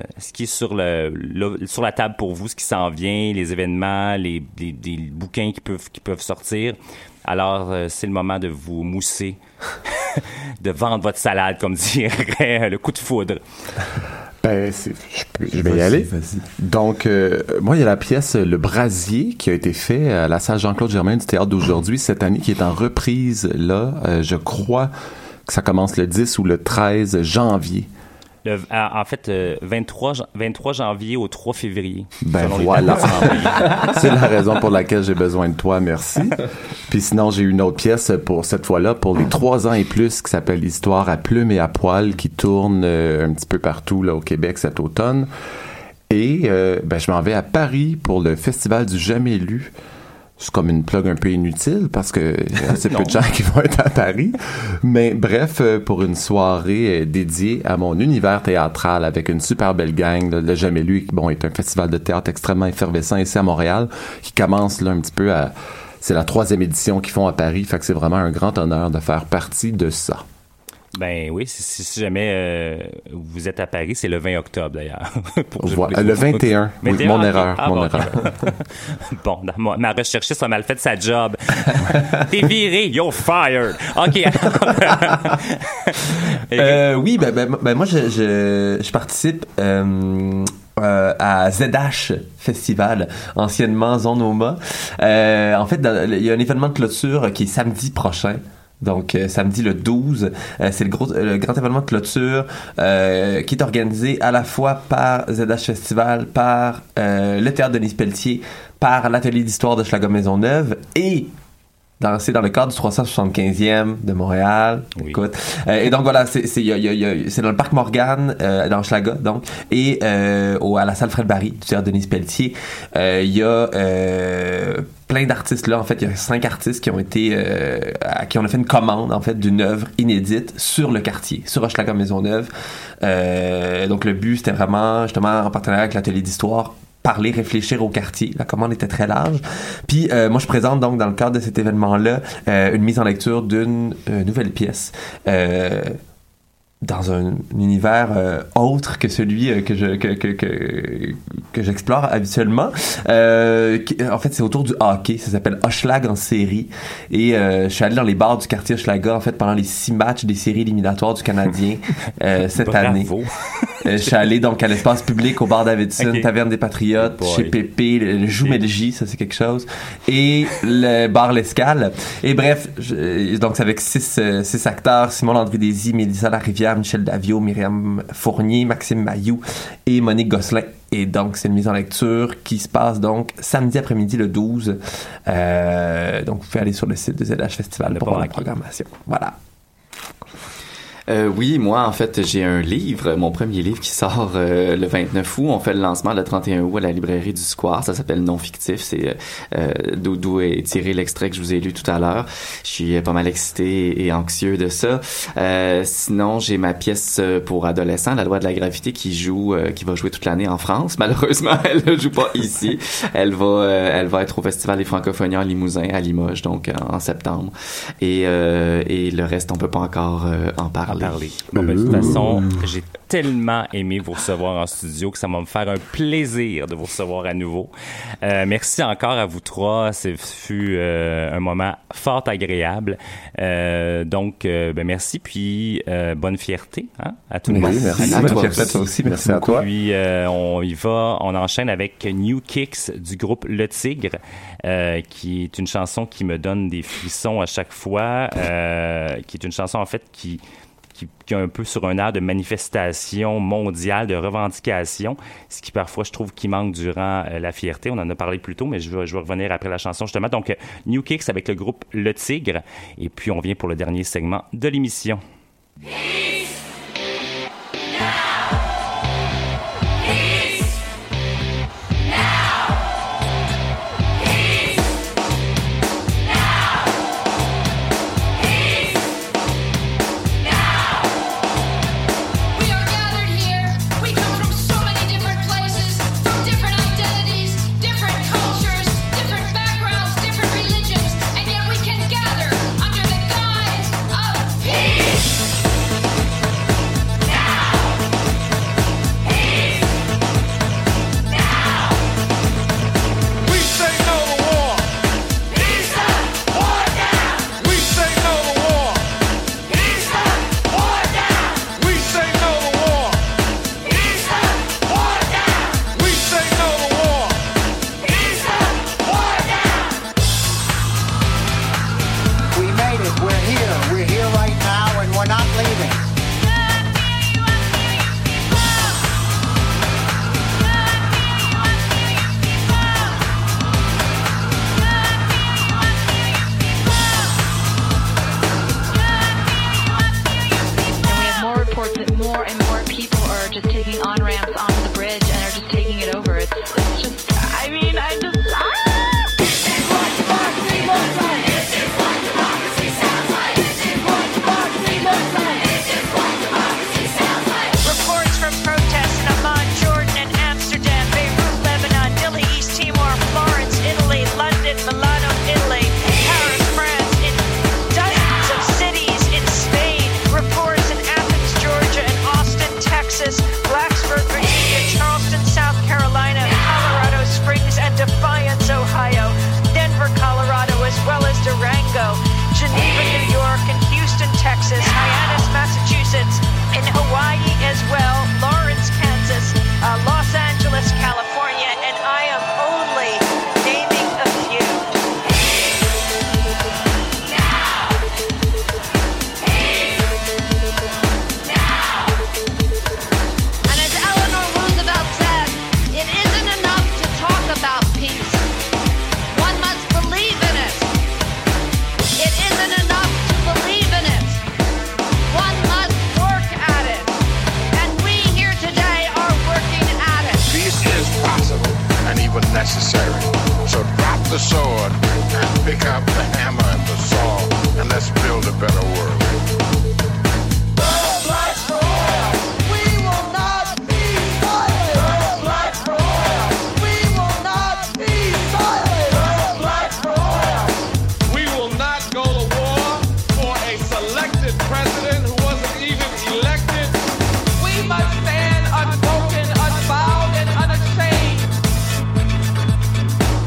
sur la table pour vous, ce qui s'en vient, les événements, des bouquins qui peuvent sortir. Alors, c'est le moment de vous mousser, de vendre votre salade, comme dirait le coup de foudre. Ben, je vais y aller. Vas-y. Donc, moi, il y a la pièce Le Brasier qui a été fait à la salle Jean-Claude Germain du Théâtre d'aujourd'hui cette année, qui est en reprise là. Je crois que ça commence le 10 ou le 13 janvier. En fait, 23 janvier au 3 février. Ben voilà. C'est la raison pour laquelle j'ai besoin de toi, merci. Puis sinon, j'ai une autre pièce pour cette fois-là, pour les 3 ans et plus, qui s'appelle Histoire à plumes et à poil, qui tourne un petit peu partout là au Québec cet automne. Et je m'en vais à Paris pour le Festival du Jamais Lu. C'est comme une plug un peu inutile parce que y a assez peu de gens qui vont être à Paris. Mais bref, pour une soirée dédiée à mon univers théâtral avec une super belle gang. Le Jamais Lu, est un festival de théâtre extrêmement effervescent ici à Montréal qui commence là un petit peu à... C'est la 3e édition qu'ils font à Paris. Fait que c'est vraiment un grand honneur de faire partie de ça. Ben oui, si jamais vous êtes à Paris, c'est le 20 octobre d'ailleurs. Le 21, oui, mon erreur. Bon, ma recherchiste a mal fait sa job. T'es viré, you're fired. OK. Oui, moi je participe à ZH Festival, anciennement Zone Oma. En fait, il y a un événement de clôture qui est samedi prochain. Donc, samedi le 12, c'est le grand événement de clôture qui est organisé à la fois par ZH Festival, par le Théâtre Denis Pelletier, par l'Atelier d'histoire de Hochelaga Maisonneuve et c'est dans le cadre du 375e de Montréal. Oui. Écoute. Et donc voilà, c'est dans le parc Morgane, dans Hochelaga, donc, et à la salle Fred Barry du Théâtre Denis Pelletier. Il y a plein d'artistes là. En fait, il y a 5 artistes qui ont été à qui on a fait une commande en fait d'une œuvre inédite sur le quartier, sur Hochelaga Maisonneuve. Donc le but c'était vraiment justement en partenariat avec l'Atelier d'histoire, parler, réfléchir au quartier. La commande était très large. Puis moi, je présente donc dans le cadre de cet événement-là une mise en lecture d'une nouvelle pièce dans un univers autre que celui que j'explore habituellement. En fait, c'est autour du hockey. Ça s'appelle Hochelag en série. Et je suis allé dans les bars du quartier Hochelaga en fait pendant les 6 matchs des séries éliminatoires du Canadien cette année. Je suis allé donc à l'espace public au bar Davidson, Taverne des Patriotes, chez Pépé, le Joumelgie, ça c'est quelque chose, et le bar L'Escale. Et bref, donc c'est avec 6 acteurs: Simon Landry-Désy, Mélissa Larivière, Michel Davio, Myriam Fournier, Maxime Mayou et Monique Gosselin. Et donc c'est une mise en lecture qui se passe donc samedi après-midi le 12. Donc vous pouvez aller sur le site de ZH Festival pour voir la programmation. Voilà. Oui, moi, en fait, j'ai un livre, mon premier livre qui sort le 29 août. On fait le lancement le 31 août à la librairie du Square. Ça s'appelle Non Fictif. C'est d'où est tiré l'extrait que je vous ai lu tout à l'heure. Je suis pas mal excité et anxieux de ça. Sinon, j'ai ma pièce pour adolescents, La Loi de la Gravité, qui va jouer toute l'année en France. Malheureusement, elle ne joue pas ici. Elle va être au Festival des Francophonies en Limousin, à Limoges, donc en septembre. Et le reste, on peut pas encore en parler. parler. Bon, ben, de toute façon, j'ai tellement aimé vous recevoir en studio que ça va me faire un plaisir de vous recevoir à nouveau. Merci encore à vous trois. Ce fut un moment fort agréable. Donc, merci, puis bonne fierté à tout le monde. Merci. Bonne fierté à toi aussi. Merci à toi. Puis, on enchaîne avec New Kicks du groupe Le Tigre, qui est une chanson qui me donne des frissons à chaque fois, qui est une chanson, en fait, qui est un peu sur un air de manifestation mondiale, de revendication, ce qui parfois, je trouve, qui manque durant la fierté. On en a parlé plus tôt, mais je vais revenir après la chanson, justement. Donc, New Kicks avec le groupe Le Tigre. Et puis, on vient pour le dernier segment de l'émission.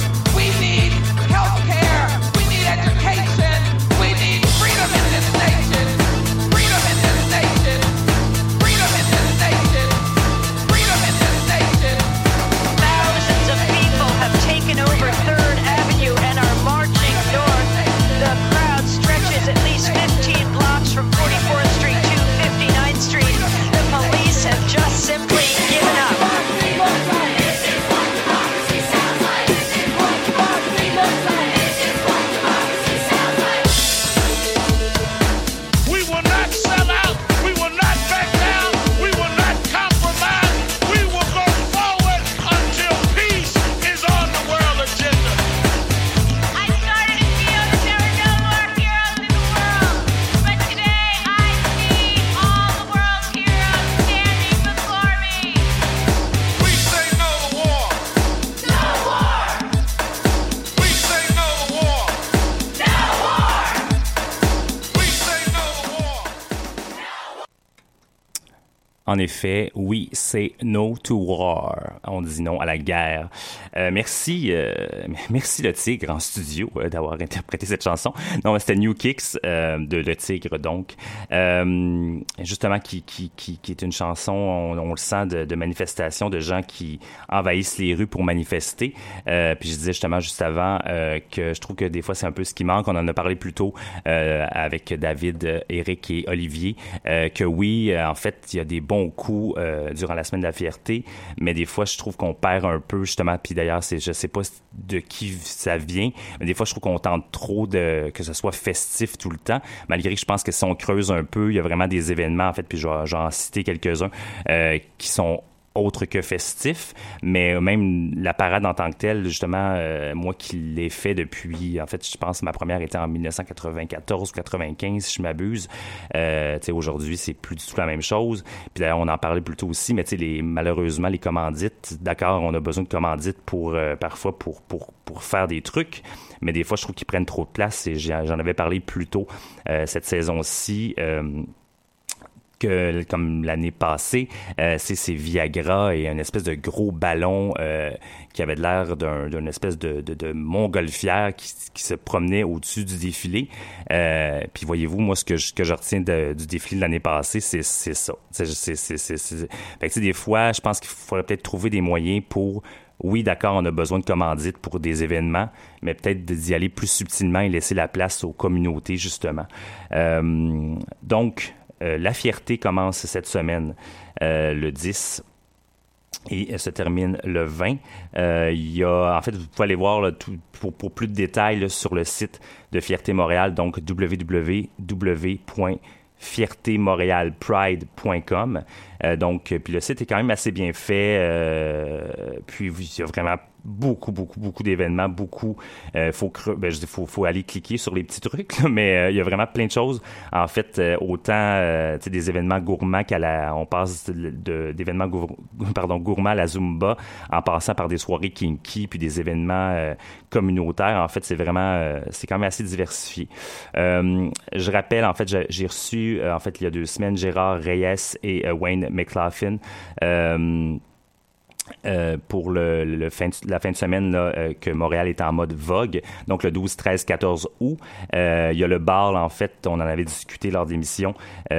Healthcare, we need education, we need freedom in this nation. En effet, oui, c'est No to War. On dit non à la guerre. Merci Le Tigre en studio d'avoir interprété cette chanson. Non, c'était New Kicks de Le Tigre, donc. Justement, qui est une chanson, on le sent, de manifestation, de gens qui envahissent les rues pour manifester. Puis je disais justement juste avant que je trouve que des fois, c'est un peu ce qui manque. On en a parlé plus tôt avec David, Eric et Olivier, que oui, en fait, il y a des bons coups durant la semaine de la fierté, mais des fois je trouve qu'on perd un peu justement, puis d'ailleurs je sais pas de qui ça vient, mais des fois je trouve qu'on tente trop que ce soit festif tout le temps, malgré que je pense que si on creuse un peu, il y a vraiment des événements en fait, puis je vais en citer quelques-uns qui sont autre que festif, mais même la parade en tant que telle, justement, moi qui l'ai fait depuis, en fait, je pense que ma première était en 1994 ou 95, si je m'abuse. Tu sais, aujourd'hui, c'est plus du tout la même chose. Puis d'ailleurs, on en parlait plus tôt aussi, mais tu sais, malheureusement, les commandites, d'accord, on a besoin de commandites pour, parfois, pour faire des trucs, mais des fois, je trouve qu'ils prennent trop de place, et j'en avais parlé plus tôt cette saison-ci, comme l'année passée, c'est Viagra et un espèce de gros ballon qui avait l'air d'une espèce de montgolfière qui se promenait au-dessus du défilé. Puis voyez-vous, moi, ce que je retiens du défilé de l'année passée, c'est ça. Fait que, tu sais, des fois, je pense qu'il faudrait peut-être trouver des moyens pour... Oui, d'accord, on a besoin de commandites pour des événements, mais peut-être d'y aller plus subtilement et laisser la place aux communautés, justement. Donc... la fierté commence cette semaine, le 10, et se termine le 20. Il y a, en fait, vous pouvez aller voir là, pour plus de détails là, sur le site de Fierté Montréal, donc www.fiertémontréalpride.com. Donc, puis le site est quand même assez bien fait. Puis il y a vraiment beaucoup d'événements, faut aller cliquer sur les petits trucs, là, mais il y a vraiment plein de choses. En fait, autant des événements gourmands on passe d'événements gourmands à la Zumba, en passant par des soirées kinky, puis des événements communautaires. En fait, c'est quand même assez diversifié. Je rappelle, en fait, j'ai reçu, en fait, il y a 2 semaines, Gérard Reyes et Wayne McLaughlin, pour la fin de semaine là, que Montréal est en mode Vogue, donc le 12, 13, 14 août. Il y a le bal, en fait, on en avait discuté lors d'émissions,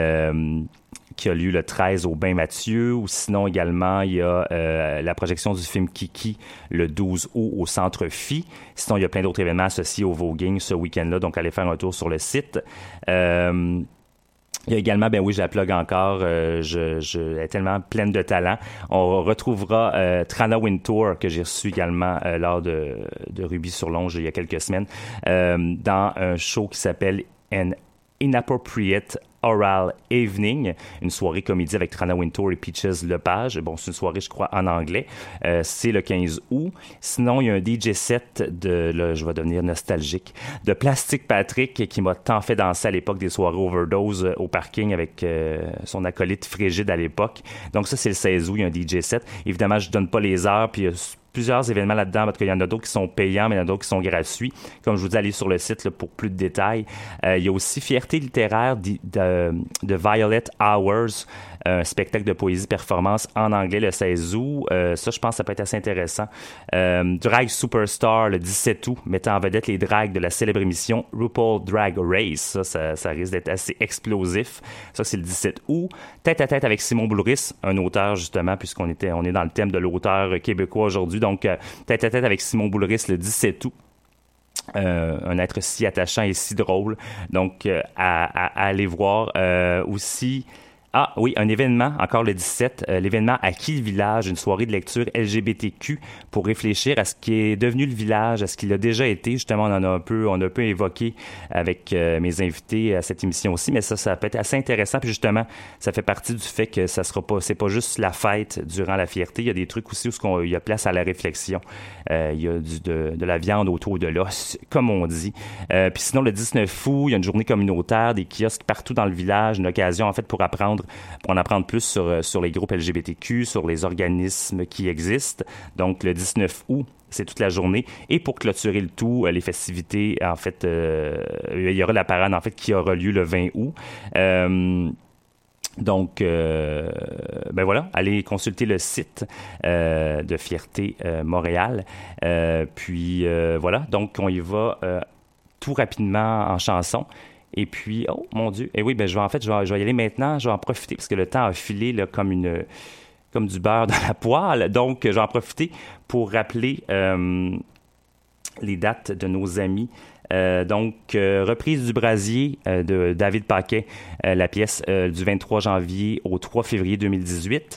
qui a lieu le 13 au Bain Mathieu, ou sinon également il y a la projection du film Kiki le 12 août au Centre Phi. Sinon il y a plein d'autres événements associés au voguing ce week-end-là, donc allez faire un tour sur le site. Il y a également, ben oui, je la plug encore, elle est tellement pleine de talent. On retrouvera Trana Wintour, que j'ai reçu également lors de Ruby-sur-Longe il y a quelques semaines, dans un show qui s'appelle An Inappropriate Oral Evening, une soirée comédie avec Trana Wintour et Peaches Lepage. Bon, c'est une soirée, je crois, en anglais. C'est le 15 août. Sinon, il y a un DJ set là, je vais devenir nostalgique, de Plastic Patrick, qui m'a tant fait danser à l'époque des soirées Overdose au parking avec son acolyte Frigide à l'époque. Donc ça, c'est le 16 août, il y a un DJ set. Évidemment, je donne pas les heures, puis plusieurs événements là-dedans, parce qu'il y en a d'autres qui sont payants, mais il y en a d'autres qui sont gratuits. Comme je vous dis, allez sur le site là, pour plus de détails. Il y a aussi Fierté littéraire de Violet Hours, un spectacle de poésie-performance en anglais le 16 août. Ça, je pense que ça peut être assez intéressant. Drag Superstar le 17 août, mettant en vedette les drags de la célèbre émission RuPaul Drag Race. Ça risque d'être assez explosif. Ça, c'est le 17 août. Tête à tête avec Simon Boulris, un auteur, justement, puisqu'on est dans le thème de l'auteur québécois aujourd'hui. Donc, tête à tête avec Simon Boulris le 17 août. Un être si attachant et si drôle. Donc, à aller voir. Aussi... Ah oui, un événement, encore le 17, l'événement À qui le village, une soirée de lecture LGBTQ pour réfléchir à ce qui est devenu le village, à ce qu'il a déjà été. Justement, on a un peu évoqué avec mes invités à cette émission aussi, mais ça peut être assez intéressant. Puis justement, ça fait partie du fait que c'est pas juste la fête durant la fierté. Il y a des trucs aussi où il y a place à la réflexion. Il y a de la viande autour de l'os, comme on dit. Puis sinon, le 19 août, il y a une journée communautaire, des kiosques partout dans le village, une occasion en fait pour en apprendre plus sur les groupes LGBTQ, sur les organismes qui existent. Donc, le 19 août, c'est toute la journée. Et pour clôturer le tout, les festivités, en fait, il y aura la parade, en fait, qui aura lieu le 20 août. Donc, ben voilà, allez consulter le site de Fierté Montréal. Puis voilà, donc on y va tout rapidement en chanson. Et puis, oh mon Dieu, et oui, ben je vais y aller maintenant. Je vais en profiter parce que le temps a filé là, comme du beurre dans la poêle. Donc, je vais en profiter pour rappeler les dates de nos amis. Reprise du Brasier de David Paquet, la pièce du 23 janvier au 3 février 2018.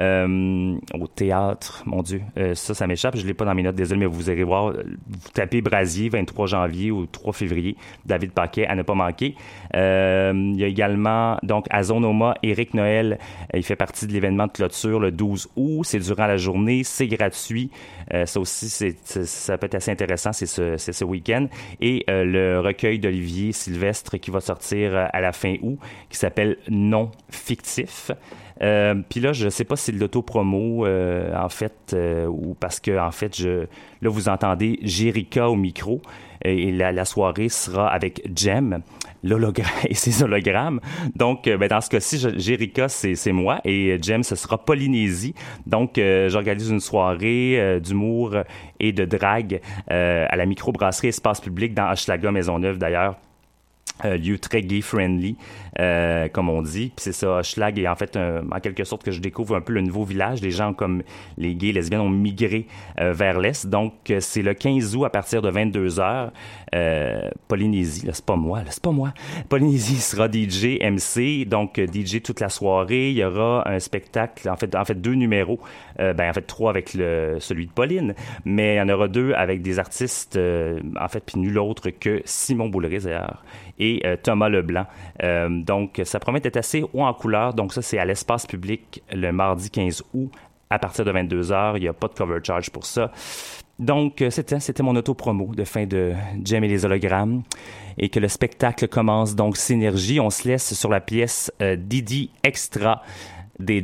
Au théâtre, mon Dieu, ça m'échappe, je ne l'ai pas dans mes notes, désolé, mais vous irez voir, vous tapez Brasier, 23 janvier au 3 février, David Paquet, à ne pas manquer. Il y a également, donc, à Zonoma, Éric Noël, il fait partie de l'événement de clôture le 12 août, c'est durant la journée, c'est gratuit, ça aussi, ça peut être assez intéressant, c'est ce week-end. Et le recueil d'Olivier Sylvestre qui va sortir à la fin août, qui s'appelle Non fictif. Puis là, je sais pas si c'est de l'auto-promo, en fait, ou parce que, en fait, là, vous entendez Jérica au micro, et la soirée sera avec Jem, et ses hologrammes. Donc, dans ce cas-ci, Jérica, c'est moi, et Jem, ce sera Polynésie. Donc, j'organise une soirée d'humour et de drague à la microbrasserie Espace Public dans Hochelaga Maisonneuve, d'ailleurs. Lieu très gay-friendly, comme on dit. Puis c'est ça, Hochelag est en fait, en quelque sorte, que je découvre un peu le nouveau village. Les gens comme les gays, lesbiennes ont migré vers l'Est. Donc, c'est le 15 août à partir de 22h. Polynésie, là, c'est pas moi. Polynésie sera DJ, MC, donc DJ toute la soirée. Il y aura un spectacle, en fait 2 numéros. En fait 3 avec celui de Pauline, mais il y en aura 2 avec des artistes, en fait, puis nul autre que Simon Boulris, d'ailleurs, et Thomas Leblanc. Donc, ça promet d'être assez haut en couleur. Donc, ça, c'est à l'Espace Public le mardi 15 août à partir de 22h. Il n'y a pas de cover charge pour ça. Donc, c'était mon auto-promo de fin de Jem et les hologrammes. Et que le spectacle commence donc Synergie. On se laisse sur la pièce Didi Extra de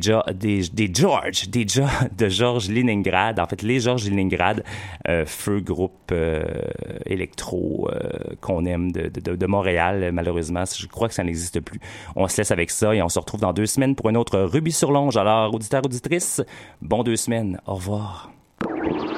Georges Leningrad. En fait, les Georges Leningrad, feu groupe électro qu'on aime de Montréal. Malheureusement, je crois que ça n'existe plus. On se laisse avec ça et on se retrouve dans 2 semaines pour une autre Rubis sur Longe. Alors, auditeurs, auditrices, bon 2 semaines. Au revoir.